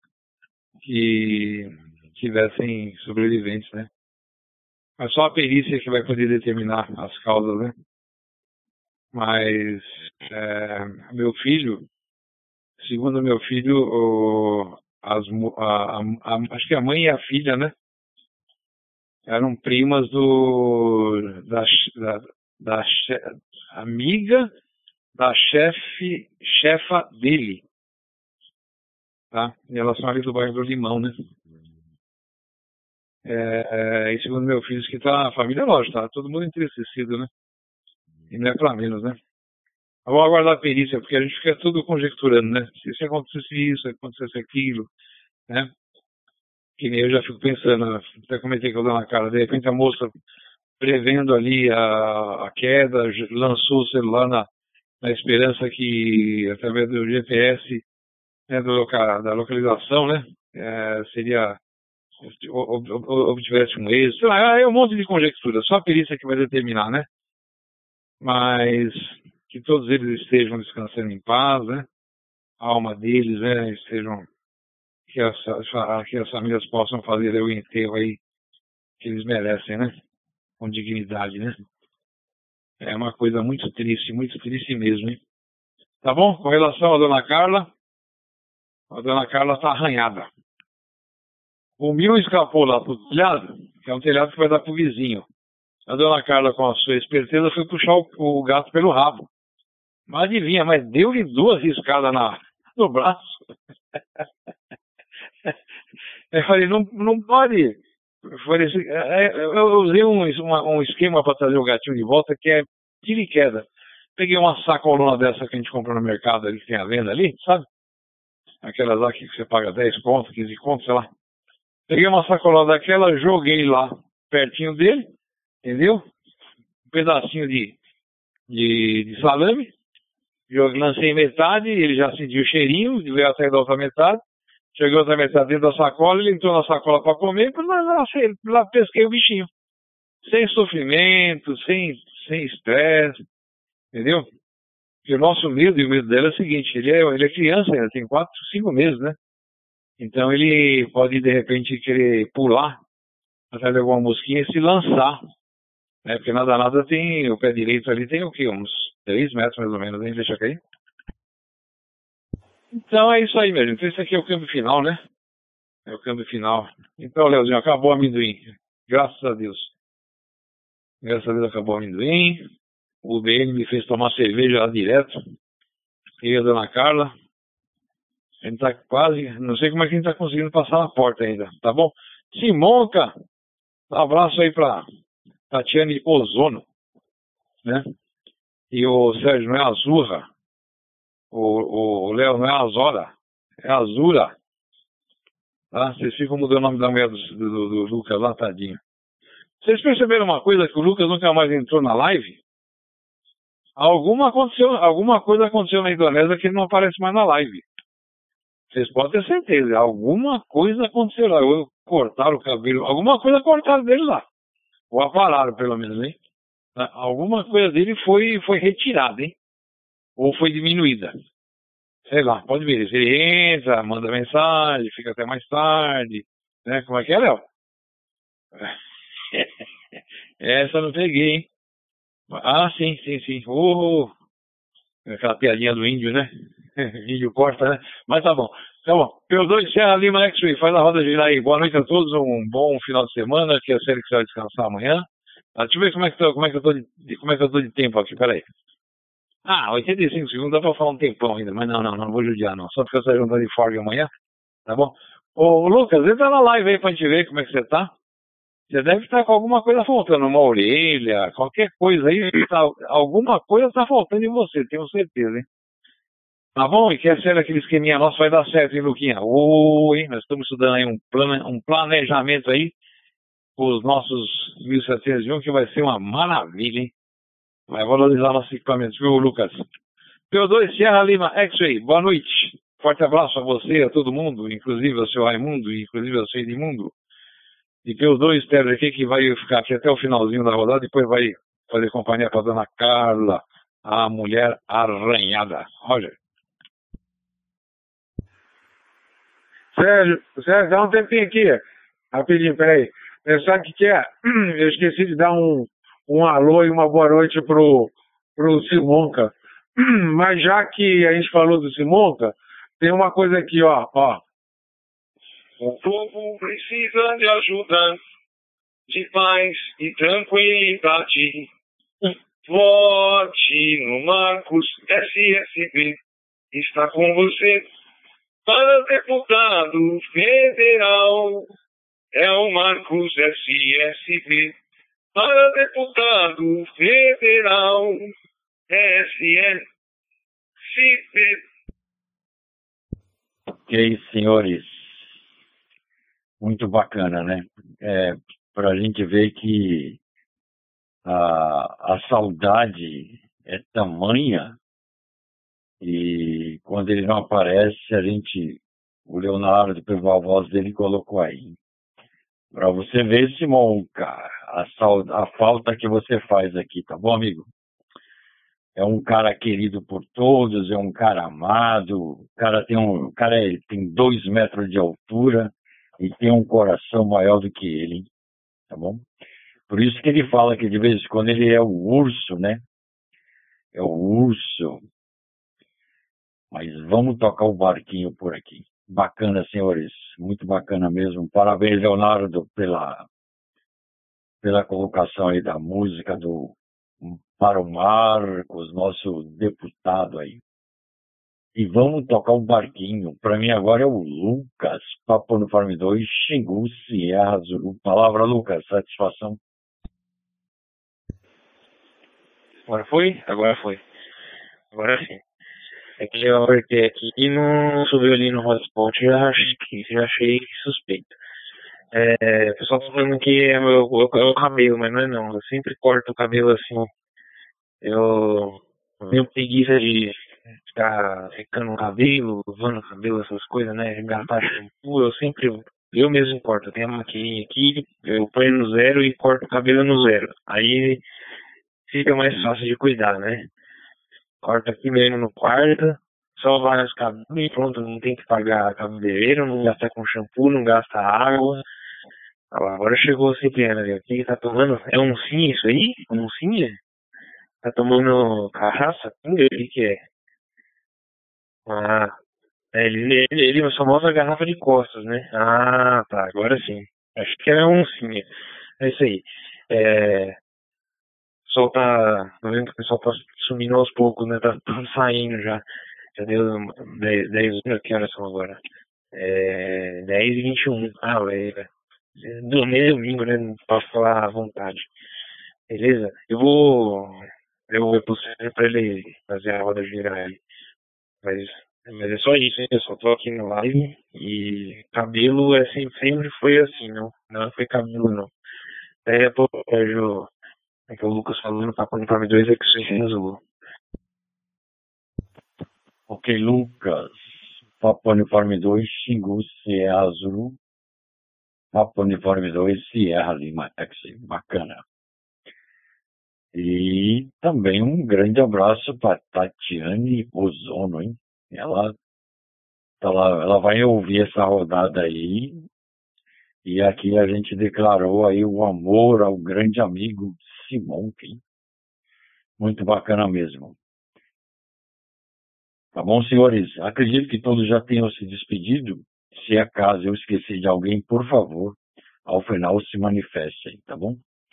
que tivessem sobreviventes, né? Mas só a perícia que vai poder determinar as causas, né? Mas meu filho, segundo meu filho, acho que a mãe e a filha, né? Eram primas da amiga da chefa dele, tá? E elas são ali do bairro do Limão, né? E segundo meu filho, que tá a família, lógico, tá todo mundo entristecido, né? E não é pra menos, né? Eu vou aguardar a perícia, porque a gente fica tudo conjecturando, né? Se acontecesse isso, se acontecesse aquilo, né? Que nem eu já fico pensando, até comentei com a dona Carla, de repente a moça, prevendo ali a queda, lançou o celular na esperança que, através do GPS, né, da localização, né, obtivesse um êxito. Sei lá, é um monte de conjectura, só a perícia que vai determinar, né? Mas que todos eles estejam descansando em paz, né? A alma deles, né, estejam, que as famílias possam fazer o enterro aí que eles merecem, né? Com dignidade, né? É uma coisa muito triste mesmo, hein? Tá bom? Com relação à dona Carla, a dona Carla tá arranhada. O Mil escapou lá pro telhado, que é um telhado que vai dar pro vizinho. A dona Carla, com a sua esperteza, foi puxar o gato pelo rabo. Mas adivinha, mas deu-lhe 2 riscadas no braço. Eu falei, não pode. Eu usei um esquema para trazer o gatinho de volta, que é tiro e queda. Peguei uma sacolona dessa que a gente compra no mercado ali, que tem a venda ali, sabe? Aquelas lá que você paga 10 contos, 15 contos, sei lá. Peguei uma sacolona daquela, joguei lá pertinho dele, entendeu? Um pedacinho de salame, lancei metade, ele já sentiu o cheirinho, veio até da outra metade. Chegou outra metade dentro da sacola, ele entrou na sacola para comer, lá pesquei o bichinho. Sem sofrimento, sem estresse, entendeu? Porque o nosso medo e o medo dela é o seguinte, ele é criança, ele tem 4, 5 meses, né? Então ele pode, de repente, querer pular atrás de alguma mosquinha e se lançar, né? Porque nada tem, o pé direito ali tem o quê? Uns 3 metros mais ou menos, hein? Deixa cair. Então é isso aí, meu gente. Esse aqui é o câmbio final, né? É o câmbio final. Então, Leozinho, acabou o amendoim. Graças a Deus. Graças a Deus acabou o amendoim. O BN me fez tomar cerveja lá direto. E a dona Carla. A gente tá quase... Não sei como é que a gente tá conseguindo passar na porta ainda. Tá bom? Simonca! Um abraço aí pra Tatiane Ozono. Né? E o Sérgio não é Azurra. O Léo não é Azora, é Azura. Tá? Vocês ficam mudando o nome da mulher do Lucas lá, tadinho. Vocês perceberam uma coisa, que o Lucas nunca mais entrou na live? Alguma coisa aconteceu na Indonésia que ele não aparece mais na live. Vocês podem ter certeza, alguma coisa aconteceu lá. Ou cortaram o cabelo, alguma coisa cortaram dele lá. Ou apararam, pelo menos, hein? Alguma coisa dele foi retirada, hein? Ou foi diminuída. Sei lá, pode ver. Ele entra, manda mensagem, fica até mais tarde. Né? Como é que é, Léo? Essa eu não peguei, hein? Ah, sim. Aquela piadinha do índio, né? Índio corta, né? Mas tá bom. Tá bom. P2 Serra Lima X-Ray, faz a roda girar aí. Boa noite a todos, um bom final de semana, que a série que você vai descansar amanhã. Deixa eu ver como é que eu tô de tempo aqui, peraí. 85 segundos, dá pra falar um tempão ainda, mas não vou judiar não, só porque eu saio juntando de Ford amanhã, tá bom? Ô Lucas, entra na live aí pra gente ver como é que você tá. Você deve estar com alguma coisa faltando, uma orelha, qualquer coisa aí, alguma coisa tá faltando em você, tenho certeza, hein? Tá bom? E quer ser aquele esqueminha nosso, vai dar certo, hein, Luquinha? Oi, nós estamos estudando aí um planejamento aí, os nossos 1701, que vai ser uma maravilha, hein? Vai valorizar nossos equipamentos, viu, Lucas? P2 Serra Lima X-Ray, boa noite. Forte abraço a você, a todo mundo, inclusive ao seu Raimundo, inclusive ao seu Edmundo. E P2 Pedro aqui, que vai ficar aqui até o finalzinho da rodada, depois vai fazer companhia para dona Carla, a mulher arranhada. Roger. Sérgio, dá um tempinho aqui. Rapidinho, peraí. Sabe o que é? Eu esqueci de dar um alô e uma boa noite pro Simonca. Mas já que a gente falou do Simonca, tem uma coisa aqui, ó. O povo precisa de ajuda, de paz e tranquilidade. Vote no Marcos SSB. Está com você. Para deputado federal, é o Marcos SSB. Para deputado federal, SSB. Ok, senhores. Muito bacana, né? Para a gente ver que a saudade é tamanha e quando ele não aparece, o Leonardo pegou a voz dele e colocou aí. Para você ver, Simão, cara, a falta que você faz aqui, tá bom, amigo? É um cara querido por todos, é um cara amado, o cara tem 2 metros de altura e tem um coração maior do que ele, hein? Tá bom? Por isso que ele fala que de vez em quando ele é o urso, né? É o urso. Mas vamos tocar o barquinho por aqui. Bacana, senhores. Muito bacana mesmo. Parabéns, Leonardo, pela colocação aí da música para o Marcos, nosso deputado aí. E vamos tocar o barquinho. Para mim agora é o Lucas, Papo Uniforme 2, Xingu, Sierra Zulu. Palavra, Lucas. Satisfação. Agora foi? Agora foi. Agora sim. É que eu apertei aqui e não subiu ali no hotspot, já achei suspeito. O pessoal tá falando que é o cabelo, mas não é não. Eu sempre corto o cabelo assim. Eu tenho preguiça de ficar secando o cabelo, lavando o cabelo, essas coisas, né? Gastar shampoo, eu mesmo corto. Eu tenho a maquininha aqui, eu ponho no 0 e corto o cabelo no 0. Aí fica mais fácil de cuidar, né? Corta aqui mesmo no quarto, só vai os cabelos e pronto, não tem que pagar cabeleireiro, não gasta com shampoo, não gasta água. Agora chegou o Cipriano ali, o que tá tomando? É um sim isso aí? Um sim? Tá tomando cachaça? O que é? Ele só mostra a garrafa de costas, né? Ah, tá, agora sim. Acho que é um sim. É isso aí. O pessoal tá vendo que o pessoal tá sumindo aos poucos, né? Tá saindo já. Já deu 10 que horas são agora? 10h21. Ah, velho. Domingo, né? Não posso falar à vontade. Beleza? Eu vou ver pro Sérgio pra ele fazer a roda girar aí. Mas é só isso, hein? Eu só tô aqui no live e cabelo sempre foi assim, não foi cabelo, não. Até a pouco, Sérgio, é que o Lucas falou no Papo Uniforme 2 é que isso resolveu. Ok, Lucas. Papo Uniforme 2, Xingu, Sierra Zulu. Papo Uniforme 2, Sierra Lima, Taxi. Bacana. E também um grande abraço para Tatiane Ozono, hein? Ela vai ouvir essa rodada aí. E aqui a gente declarou aí o amor ao grande amigo Simonca. Muito bacana mesmo. Tá bom, senhores? Acredito que todos já tenham se despedido. Se acaso eu esqueci de alguém, por favor, ao final se manifeste aí, tá bom?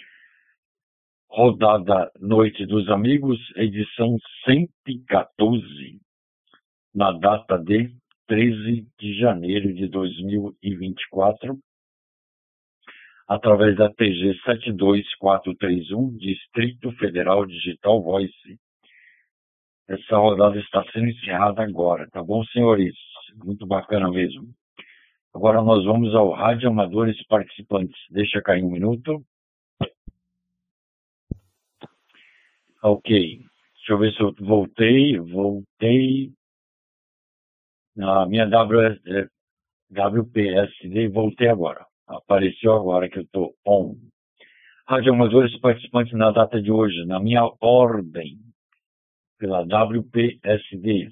Rodada Noite dos Amigos, edição 114, na data de 13 de janeiro de 2024, através da TG 72431, Distrito Federal Digital Voice. Essa rodada está sendo encerrada agora, tá bom, senhores? Muito bacana mesmo. Agora nós vamos ao Rádio Amadores Participantes. Deixa cair um minuto. Ok. Deixa eu ver se eu voltei. Na minha WPSD, voltei agora. Apareceu agora que eu estou on. radioamadores participantes na data de hoje, na minha ordem, pela WPSD.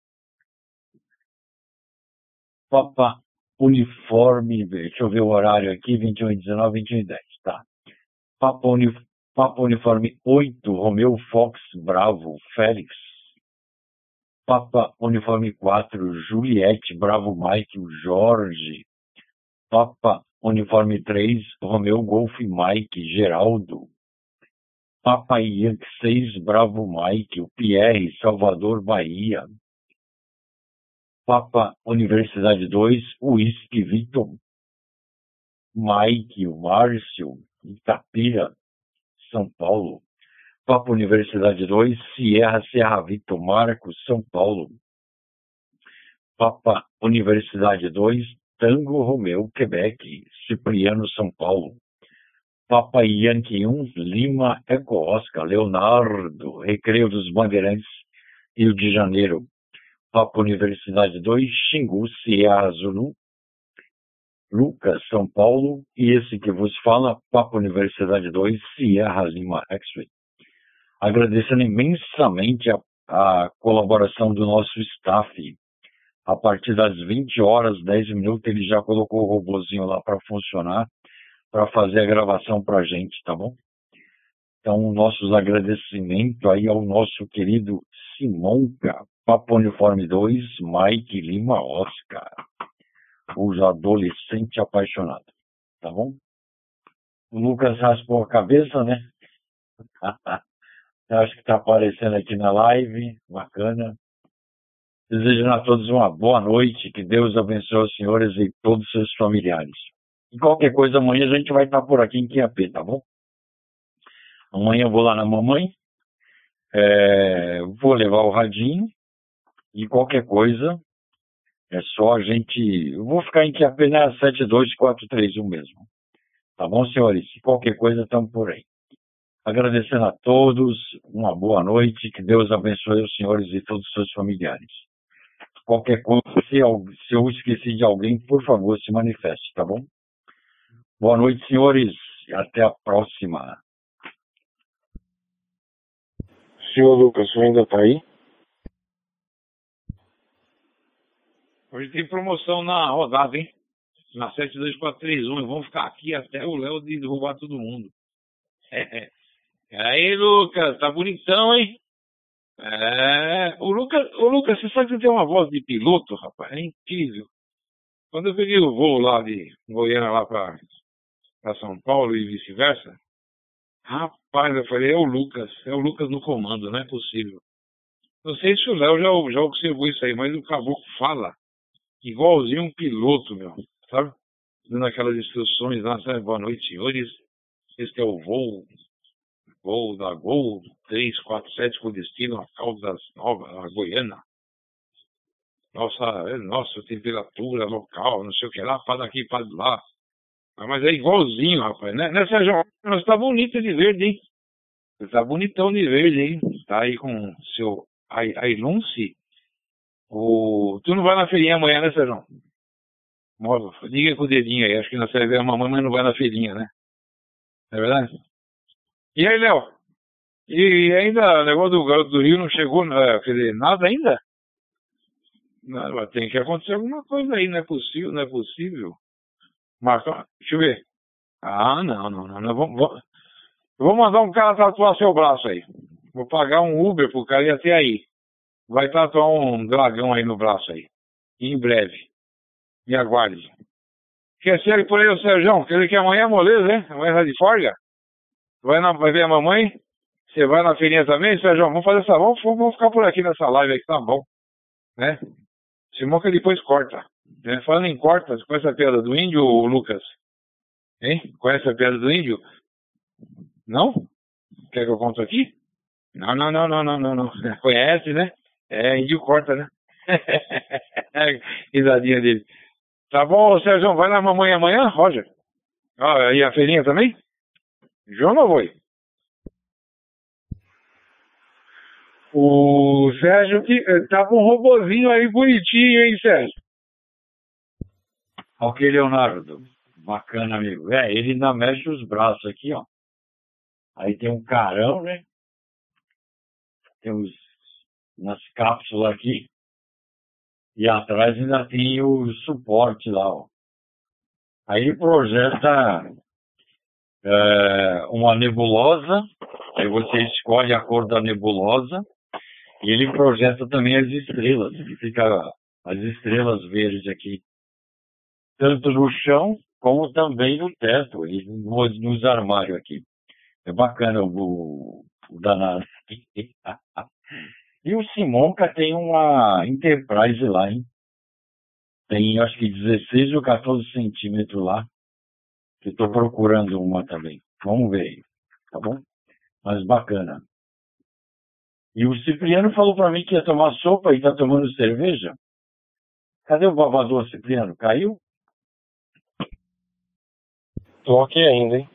Papa Uniforme, deixa eu ver o horário aqui, 21h19, 21h10, tá. Papa Uniforme 8, Romeu Fox Bravo Félix. Papa Uniforme 4, Juliette Bravo Mike Jorge. Papa Uniforme 3, Romeu Golf Mike Geraldo. Papa Yankee 6, Bravo Mike, o Pierre, Salvador, Bahia. Papa Universidade 2, Whisky Vitor Mike, o Márcio, Itapira, São Paulo. Papa Universidade 2, Serra Vitor Marcos, São Paulo. Papa Universidade 2, Tango Romeu, Quebec, Cipriano, São Paulo. Papa Yankee 1, Lima, Eco Oscar, Leonardo, Recreio dos Bandeirantes, Rio de Janeiro. Papa Universidade 2, Xingu, Sierra Zulu, Lucas, São Paulo. E esse que vos fala, Papa Universidade 2, Sierra Lima, X-Ray. Agradecendo imensamente a colaboração do nosso staff. A partir das 20 horas, 10 minutos, ele já colocou o robozinho lá para funcionar, para fazer a gravação para a gente, tá bom? Então, nossos agradecimentos aí ao nosso querido Simonca, Papa Uniforme 2, Mike Lima Oscar, os adolescente apaixonado, tá bom? O Lucas raspou a cabeça, né? Acho que está aparecendo aqui na live, bacana. Desejando a todos uma boa noite, que Deus abençoe os senhores e todos os seus familiares. E qualquer coisa, amanhã a gente vai estar por aqui em QAP, tá bom? Amanhã eu vou lá na mamãe, vou levar o radinho, e qualquer coisa, é só a gente... Eu vou ficar em QAP na 72431 mesmo. Tá bom, senhores? E qualquer coisa, estamos por aí. Agradecendo a todos, uma boa noite, que Deus abençoe os senhores e todos os seus familiares. Qualquer coisa, se eu esqueci de alguém, por favor, se manifeste, tá bom? Boa noite, senhores, e até a próxima. Senhor Lucas, o senhor ainda está aí? Hoje tem promoção na rodada, hein? Na 72431. Vamos ficar aqui até o Léo derrubar todo mundo. Aí, Lucas, tá bonitão, hein? O Lucas, você sabe que você tem uma voz de piloto, rapaz? É incrível. Quando eu peguei o voo lá de Goiânia lá pra São Paulo e vice-versa, rapaz, eu falei, é o Lucas no comando, não é possível. Não sei se o Léo já observou isso aí, mas o caboclo fala igualzinho um piloto, meu, sabe? Dando aquelas instruções lá, sabe? Boa noite, senhores. Este é o voo da Gol 347 com destino a Caldas Novas, a Goiânia. Nossa temperatura local, não sei o que lá, para daqui, para lá. Mas é igualzinho, rapaz, né, Sérgio? Você tá bonito de verde, hein? Você tá bonitão de verde, hein? Tá aí com seu Ailunce. Tu não vai na feirinha amanhã, né, Sérgio? Diga com o dedinho aí, acho que você vai ver a mamãe, mas não vai na feirinha, né? Não é verdade? E aí, Léo? E ainda o negócio do Garoto do Rio não chegou, quer dizer, nada ainda? Não, tem que acontecer alguma coisa aí, não é possível. Marca, deixa eu ver. Não. Vou mandar um cara tatuar seu braço aí. Vou pagar um Uber pro cara ir até aí. Vai tatuar um dragão aí no braço aí. Em breve. Me aguarde. Quer ser por aí, o Sérgio? Quer dizer que amanhã é moleza, hein? Amanhã vai de folga? Vai ver a mamãe? Você vai na feirinha também, Sérgio? Vamos fazer essa... Vamos ficar por aqui nessa live aí que tá bom. Né? Simonca depois corta. Falando em corta, você conhece a piada do índio, Lucas? Hein? Conhece a piada do índio? Não? Quer que eu conte aqui? Não. Conhece, né? Índio corta, né? Risadinha dele. Tá bom, Sérgio, vai na mamãe amanhã, Roger? E a feirinha também? João não foi? O Sérgio que tava um robozinho aí bonitinho, hein, Sérgio? Ok, Leonardo. Bacana, amigo. Ele ainda mexe os braços aqui, ó. Aí tem um carão, né? Tem nas cápsulas aqui. E atrás ainda tem o suporte lá, ó. Aí ele projeta uma nebulosa. Aí você escolhe a cor da nebulosa. E ele projeta também as estrelas. Ele fica as estrelas verdes aqui. Tanto no chão, como também no teto. E nos armários aqui. É bacana o danado. E o Simonca tem uma Enterprise lá, hein? Tem acho que 16 ou 14 centímetros lá. Que eu tô procurando uma também. Vamos ver aí, tá bom? Mas bacana. E o Cipriano falou pra mim que ia tomar sopa e tá tomando cerveja. Cadê o babador, Cipriano? Caiu? Tô aqui ainda, hein?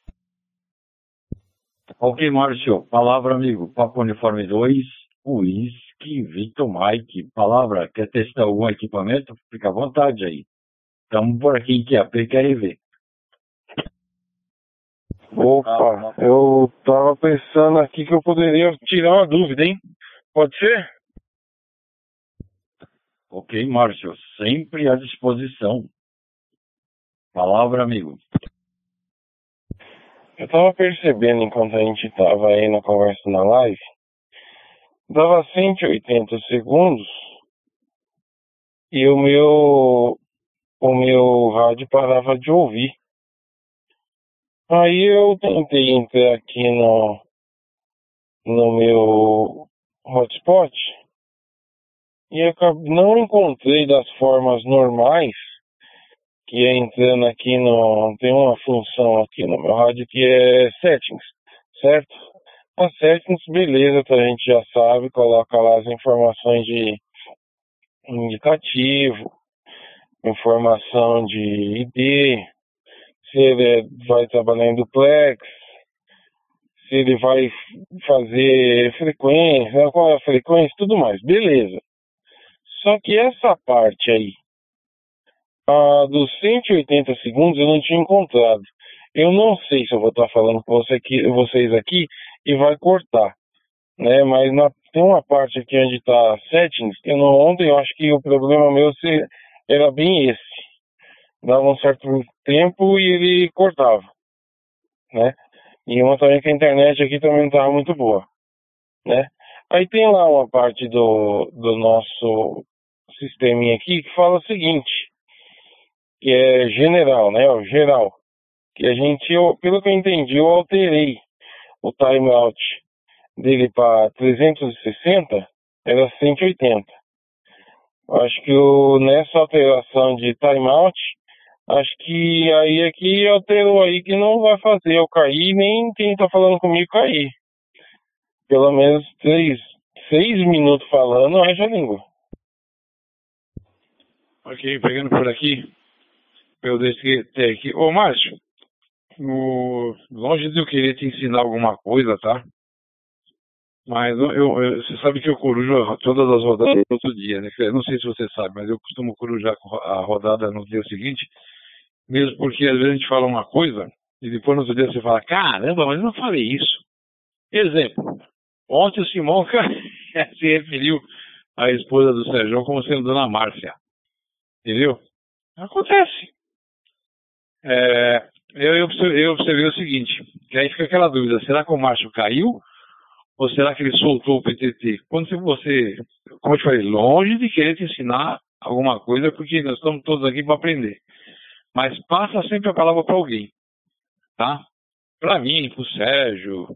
Ok, Márcio. Palavra, amigo. Papo Uniforme 2, Whisky, Victor Mike. Palavra, quer testar algum equipamento? Fica à vontade aí. Estamos por aqui em QAP, quer ver. Opa, eu tava pensando aqui que eu poderia tirar uma dúvida, hein? Pode ser? Ok, Márcio. Sempre à disposição. Palavra, amigo. Eu tava percebendo enquanto a gente tava aí na conversa na live, dava 180 segundos e o meu rádio parava de ouvir. Aí eu tentei entrar aqui no meu hotspot e não encontrei das formas normais, que é entrando aqui tem uma função aqui no meu rádio que é settings, certo? As settings, beleza, a gente já sabe, coloca lá as informações de indicativo, informação de ID, se ele vai trabalhar em duplex, se ele vai fazer frequência, qual é a frequência, tudo mais, beleza. Só que essa parte aí, dos 180 segundos, eu não tinha encontrado. Eu não sei se eu vou estar falando com vocês aqui e vai cortar, né? Mas tem uma parte aqui onde está settings, que ontem eu acho que o problema meu era bem esse. Dava um certo tempo e ele cortava, né? E uma também que a internet aqui também não estava muito boa, né? Aí tem lá uma parte do nosso sisteminha aqui que fala o seguinte, que é general, né? O geral. Que pelo que eu entendi, eu alterei o timeout dele para 360, era 180. Acho que nessa alteração de timeout, acho que aí é que alterou aí que não vai fazer eu cair, nem quem tá falando comigo cair. Pelo menos 6 minutos falando, haja língua. Ok, pegando por aqui, eu ter aqui. Ô Márcio, longe de eu querer te ensinar alguma coisa, tá? Mas você sabe que eu corujo todas as rodadas no outro dia, né? Eu não sei se você sabe, mas eu costumo corujar a rodada no dia seguinte, mesmo porque às vezes a gente fala uma coisa e depois no outro dia você fala, caramba, mas eu não falei isso. Exemplo, ontem o Simonca se referiu à esposa do Sérgio como sendo Dona Márcia. Entendeu? Acontece. Eu observei o seguinte, que aí fica aquela dúvida, será que o Márcio caiu? Ou será que ele soltou o PTT? Quando você, como eu te falei, longe de querer te ensinar alguma coisa, porque nós estamos todos aqui para aprender. Mas passa sempre a palavra para alguém, tá? Para mim, para o Sérgio,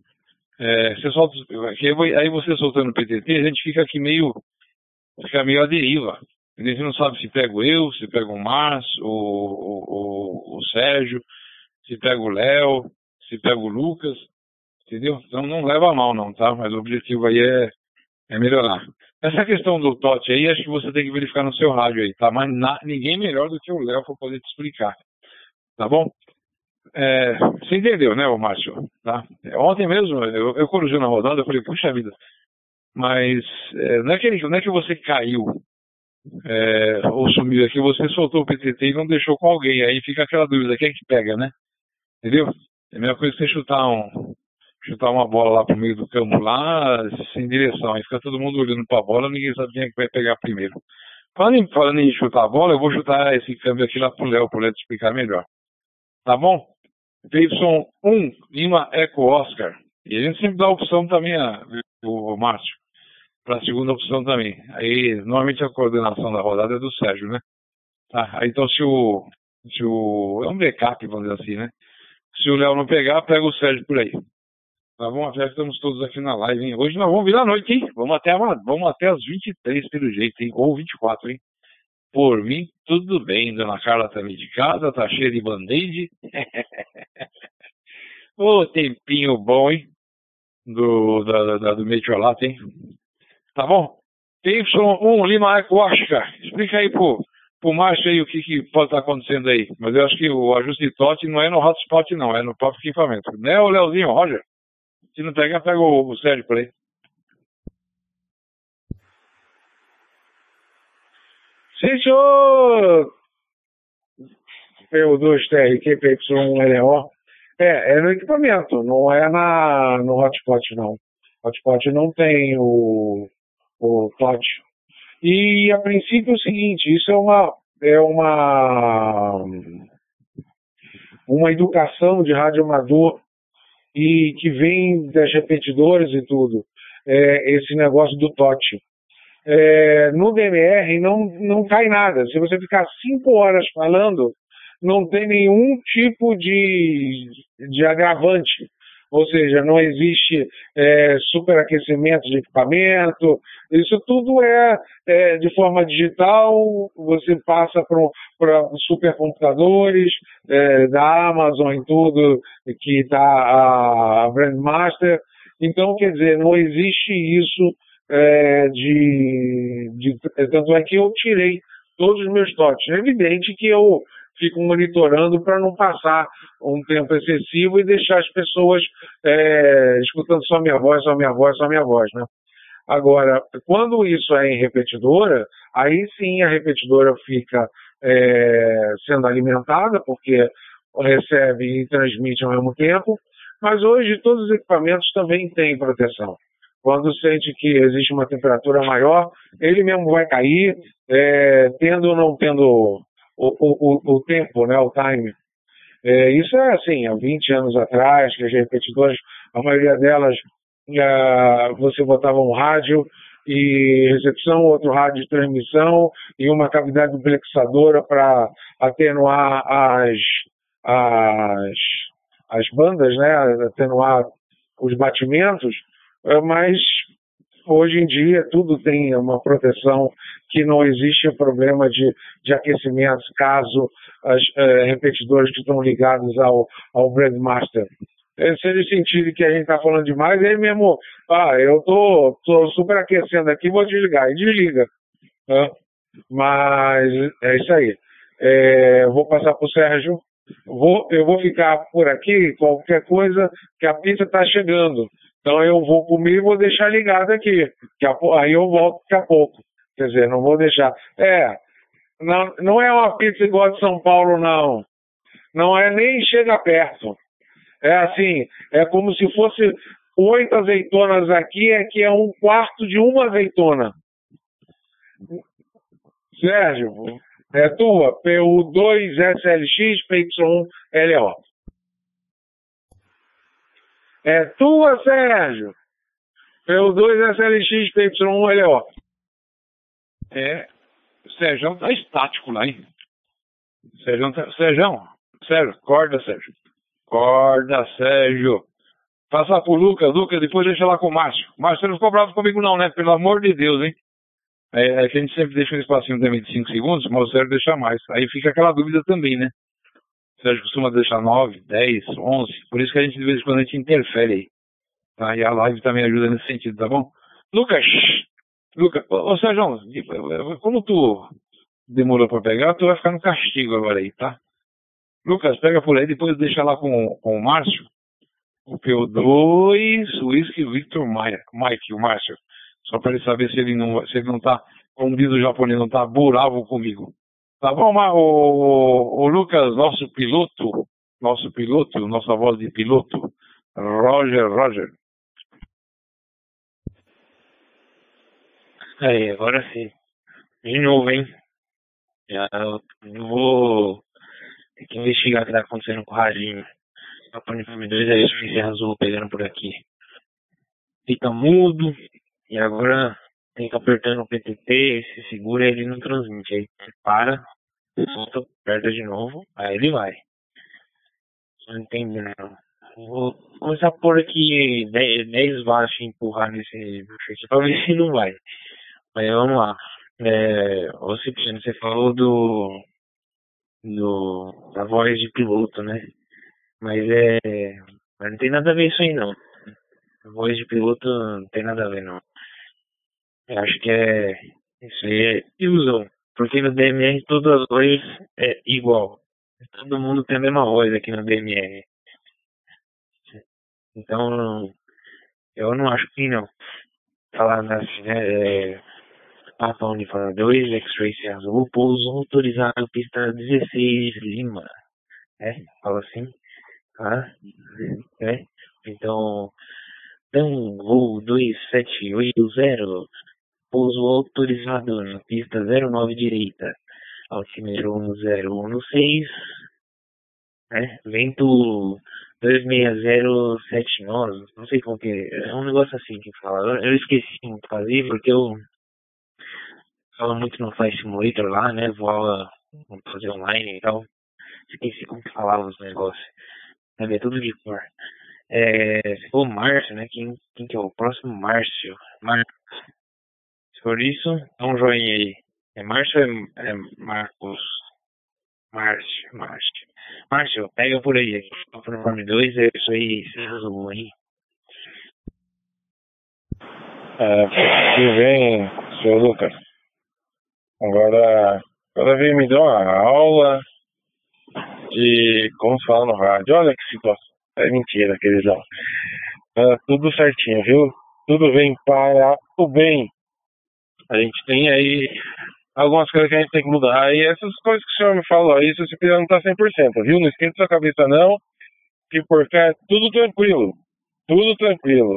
aí você soltando o PTT, a gente fica aqui meio à deriva. A gente não sabe se pego eu, se pego o Márcio, o Sérgio, se pego o Léo, se pego o Lucas. Entendeu? Então não leva a mal não, tá? Mas o objetivo aí é melhorar. Essa questão do TOT aí, acho que você tem que verificar no seu rádio aí, tá? Mas ninguém melhor do que o Léo para poder te explicar. Tá bom? Você entendeu, né, Márcio? Tá? Ontem mesmo, eu corujei na rodada, eu falei, puxa vida. Mas não é que você caiu ou sumiu, é que você soltou o PTT e não deixou com alguém. Aí fica aquela dúvida, quem é que pega, né? Entendeu? É a mesma coisa que você chutar chutar uma bola lá pro meio do campo lá, sem direção. Aí fica todo mundo olhando pra bola, ninguém sabe quem é que vai pegar primeiro. Falando em chutar a bola, eu vou chutar esse câmbio aqui lá pro Léo te explicar melhor. Tá bom? PY1, Lima Eco Oscar. E a gente sempre dá a opção também, o Márcio, para a segunda opção também. Aí, normalmente a coordenação da rodada é do Sérgio, né? Tá, aí, então se o... É um backup, vamos dizer assim, né? Se o Léo não pegar, pega o Sérgio por aí. Tá bom? Já estamos todos aqui na live, hein? Hoje nós vamos virar a noite, hein? Vamos até as 23 pelo jeito, hein? Ou 24, hein? Por mim, tudo bem. Dona Carla tá meio de casa, tá cheia de band-aid. Ô, tempinho bom, hein? Do Meteorlato, hein? Tá bom? PY1 Lima Eco Oscar. Explica aí pro Márcio aí o que pode estar acontecendo aí. Mas eu acho que o ajuste de TOT não é no hotspot, não. É no próprio equipamento. Né, o Leozinho, Roger? Se não pegar, pega o Sérgio por aí. Sim, senhor! PU2TRQ, PY1LO. É no equipamento, não é no hotspot, não. Hotspot não tem o TOT. E, a princípio, é o seguinte, isso é uma educação de rádio amador e que vem das repetidoras e tudo, esse negócio do TOT. No DMR não cai nada. Se você ficar 5 horas falando, não tem nenhum tipo de agravante. Ou seja, não existe superaquecimento de equipamento. Isso tudo é de forma digital. Você passa para supercomputadores da Amazon e tudo, que está a Brandmaster. Então, quer dizer, não existe isso tanto é que eu tirei todos os meus TOTs. É evidente que eu fico monitorando para não passar um tempo excessivo e deixar as pessoas escutando só minha voz, né? Agora, quando isso é em repetidora, aí sim a repetidora fica sendo alimentada, porque recebe e transmite ao mesmo tempo, mas hoje todos os equipamentos também têm proteção. Quando sente que existe uma temperatura maior, ele mesmo vai cair, tendo ou não tendo o tempo, né, o time. Isso é assim, há 20 anos atrás, que as repetidoras, a maioria delas, você botava um rádio e recepção, outro rádio de transmissão e uma cavidade duplexadora para atenuar as bandas, né, atenuar os batimentos. Mas hoje em dia tudo tem uma proteção que não existe problema de aquecimento caso as repetidoras que estão ligadas ao Brandmaster. Se eles sentirem que a gente está falando demais, ele mesmo, eu estou superaquecendo aqui, vou desligar, e desliga. Né? Mas é isso aí. Vou passar para o Sérgio. Eu vou ficar por aqui, qualquer coisa, que a pizza está chegando. Então eu vou comer e vou deixar ligado aqui. Aí eu volto daqui a pouco. Quer dizer, não vou deixar. Não é uma pizza igual a de São Paulo, não. Não é nem chega perto. É assim, é como se fosse 8 azeitonas aqui, que é 1/4 de uma azeitona. Sérgio, é tua, PU2SLX, PY1LO. É tua, Sérgio. PU2SLX, PY1LO. Sérgio tá estático lá, hein? Sérgio, acorda, Sérgio. Acorda, Sérgio. Passa pro Lucas, depois deixa lá com o Márcio. Márcio, você não ficou bravo comigo não, né? Pelo amor de Deus, hein? É que a gente sempre deixa um espacinho também de 5 segundos, mas o Sérgio deixa mais. Aí fica aquela dúvida também, né? O Sérgio costuma deixar 9, 10, 11. Por isso que a gente, de vez em quando, a gente interfere aí. Tá? E a live também ajuda nesse sentido, tá bom? Lucas, ô Sérgio, como tu demorou pra pegar, tu vai ficar no castigo agora aí, tá? Lucas, pega por aí, depois deixa lá com o Márcio. O PO2, Whisky Victor Mike, o Márcio. Só para ele saber se ele não tá, como diz o japonês, não tá bravo comigo. Tá bom, mas o Lucas, nossa voz de piloto, Roger. Aí, agora sim. De novo, hein? Eu vou ter que investigar o que tá acontecendo com o radinho. Papo Uniforme 2 é isso, esse azul pegando por aqui. Fica mudo e agora tem que apertando o PTT, se segura ele não transmite. Aí para, solta, aperta de novo, aí ele vai. Não entendo não. Vou começar a pôr aqui 10 watts e empurrar nesse bicho aqui pra ver se não vai. Mas vamos lá. Ô Cipriano, você falou da voz de piloto, né? Mas não tem nada a ver isso aí não. Voz de piloto não tem nada a ver não. Eu acho que isso aí é ilusão. Porque no DMR todas as vozes é igual. Todo mundo tem a mesma voz aqui no DMR. Então eu não acho que não. Falar assim, né? Papa Uniforme 2, X-Ray Azul, pouso autorizado, pista 16 Lima. Fala assim, tá? Então, voo 2780, pouso autorizado na pista 09 direita, altimetro 1016, vento 26079, não sei como que é um negócio assim que fala. Eu esqueci como fazer porque eu falo muito no Flight Simulator lá, né? Vou fazer online e tal. Esqueci como que falava os negócios. É tudo de cor. Se for o Márcio, né? Quem que é o próximo? Márcio. Se for isso, dá um joinha aí. É Márcio ou é Marcos? Márcio, pega por aí. Papo Uniforme 2, é isso aí. Você resolveu aí. Tudo bem, senhor Lucas? Agora veio me dar uma aula de como se fala no rádio. Olha que situação. É mentira, queridão. Tudo certinho, viu? Tudo vem para o bem. A gente tem aí algumas coisas que a gente tem que mudar. E essas coisas que o senhor me falou aí, se você não tá 100%, viu? Não esquenta sua cabeça não, que por cá é tudo tranquilo. Tudo tranquilo.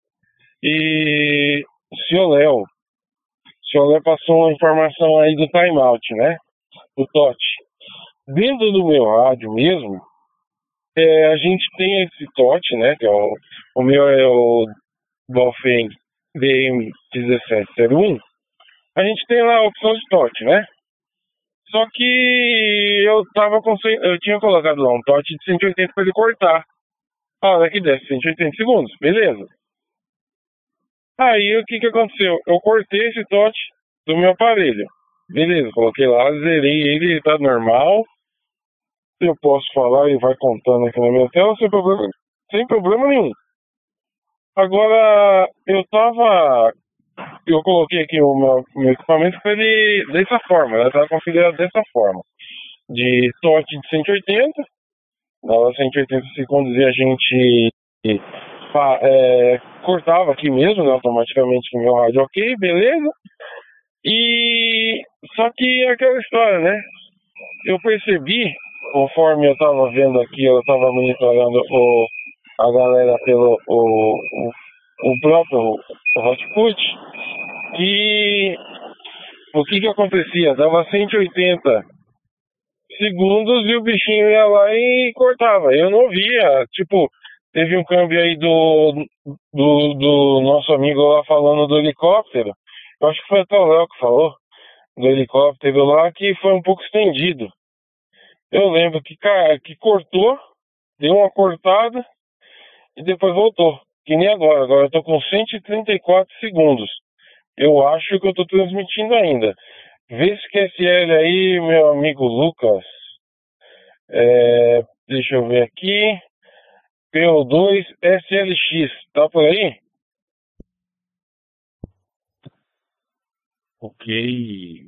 E o senhor Léo passou uma informação aí do timeout, né? Do TOT. Dentro do meu rádio mesmo, a gente tem esse TOT, né? Que é o meu é o Dolphin DM1701. A gente tem lá a opção de TOT, né? Só que eu tinha colocado lá um TOT de 180 para ele cortar. A hora que desce 180 segundos, beleza. Aí o que aconteceu? Eu cortei esse TOT do meu aparelho. Beleza, coloquei lá, zerei ele tá normal. Eu posso falar e vai contando aqui na minha tela sem problema nenhum. Agora, eu coloquei aqui o meu equipamento para ele dessa forma, ela estava configurada dessa forma. De TOT de 180, dava 180 segundos e a gente cortava aqui mesmo, né, automaticamente com o meu rádio, ok, beleza. E só que é aquela história, né? Eu percebi, conforme eu estava vendo aqui, eu estava monitorando a galera pelo o próprio Hotput, que o que acontecia? Dava 180 segundos e o bichinho ia lá e cortava. Eu não via, tipo, teve um câmbio aí do nosso amigo lá falando do helicóptero. Eu acho que foi até o Léo que falou do helicóptero lá, que foi um pouco estendido. Eu lembro que cortou, deu uma cortada e depois voltou. Que nem agora. Agora eu tô com 134 segundos. Eu acho que eu tô transmitindo ainda. Vê se QSL aí, meu amigo Lucas. Deixa eu ver aqui. PO2 SLX. Tá por aí? Ok.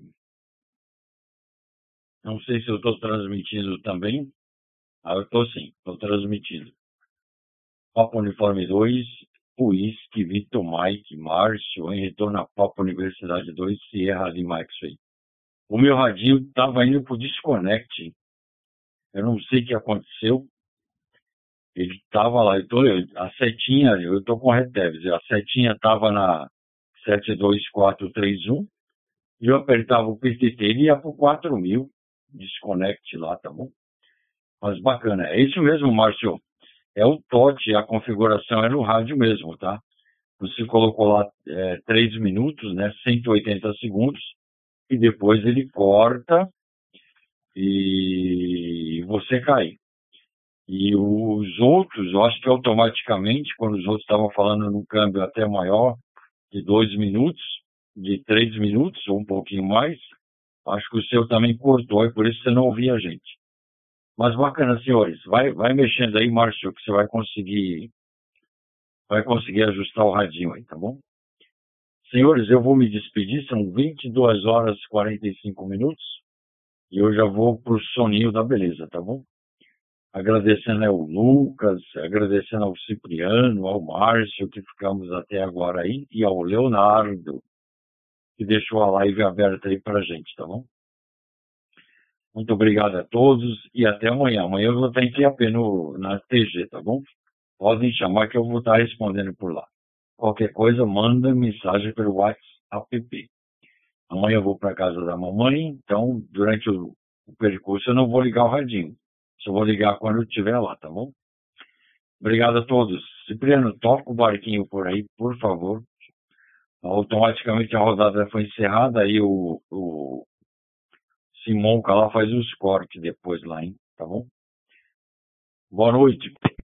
Não sei se eu estou transmitindo também. Eu estou sim, estou transmitindo. Papa Uniforme 2, Whisky, Vitor Mike, Márcio, em retorno a Papa Universidade 2, Sierra Lima X-Ray. O meu radinho estava indo para o desconnect. Eu não sei o que aconteceu. Ele estava lá, a setinha, eu estou com reteves, a setinha estava na 72431, e eu apertava o PTT, ele ia para o 4000, desconecte lá, tá bom? Mas bacana, é isso mesmo, Márcio. É o TOT, a configuração é no rádio mesmo, tá? Você colocou lá 3 minutos, né? 180 segundos, e depois ele corta e você cai. E os outros, eu acho que automaticamente, quando os outros estavam falando num câmbio até maior, de 2 minutos, de 3 minutos, ou um pouquinho mais, acho que o seu também cortou, e por isso você não ouvia a gente. Mas bacana, senhores. Vai mexendo aí, Márcio, que você vai conseguir ajustar o radinho aí, tá bom? Senhores, eu vou me despedir, são 22 horas e 45 minutos, e eu já vou pro soninho da beleza, tá bom? Agradecendo ao Lucas, agradecendo ao Cipriano, ao Márcio, que ficamos até agora aí, e ao Leonardo, que deixou a live aberta aí pra gente, tá bom? Muito obrigado a todos e até amanhã. Amanhã eu vou estar em QAP na TG, tá bom? Podem chamar que eu vou estar respondendo por lá. Qualquer coisa, manda mensagem pelo WhatsApp. Amanhã eu vou para casa da mamãe, então durante o percurso eu não vou ligar o radinho. Só vou ligar quando eu estiver lá, tá bom? Obrigado a todos. Cipriano, toca o barquinho por aí, por favor. Automaticamente a rodada foi encerrada, aí o Simonca lá faz os cortes depois lá, hein? Tá bom? Boa noite.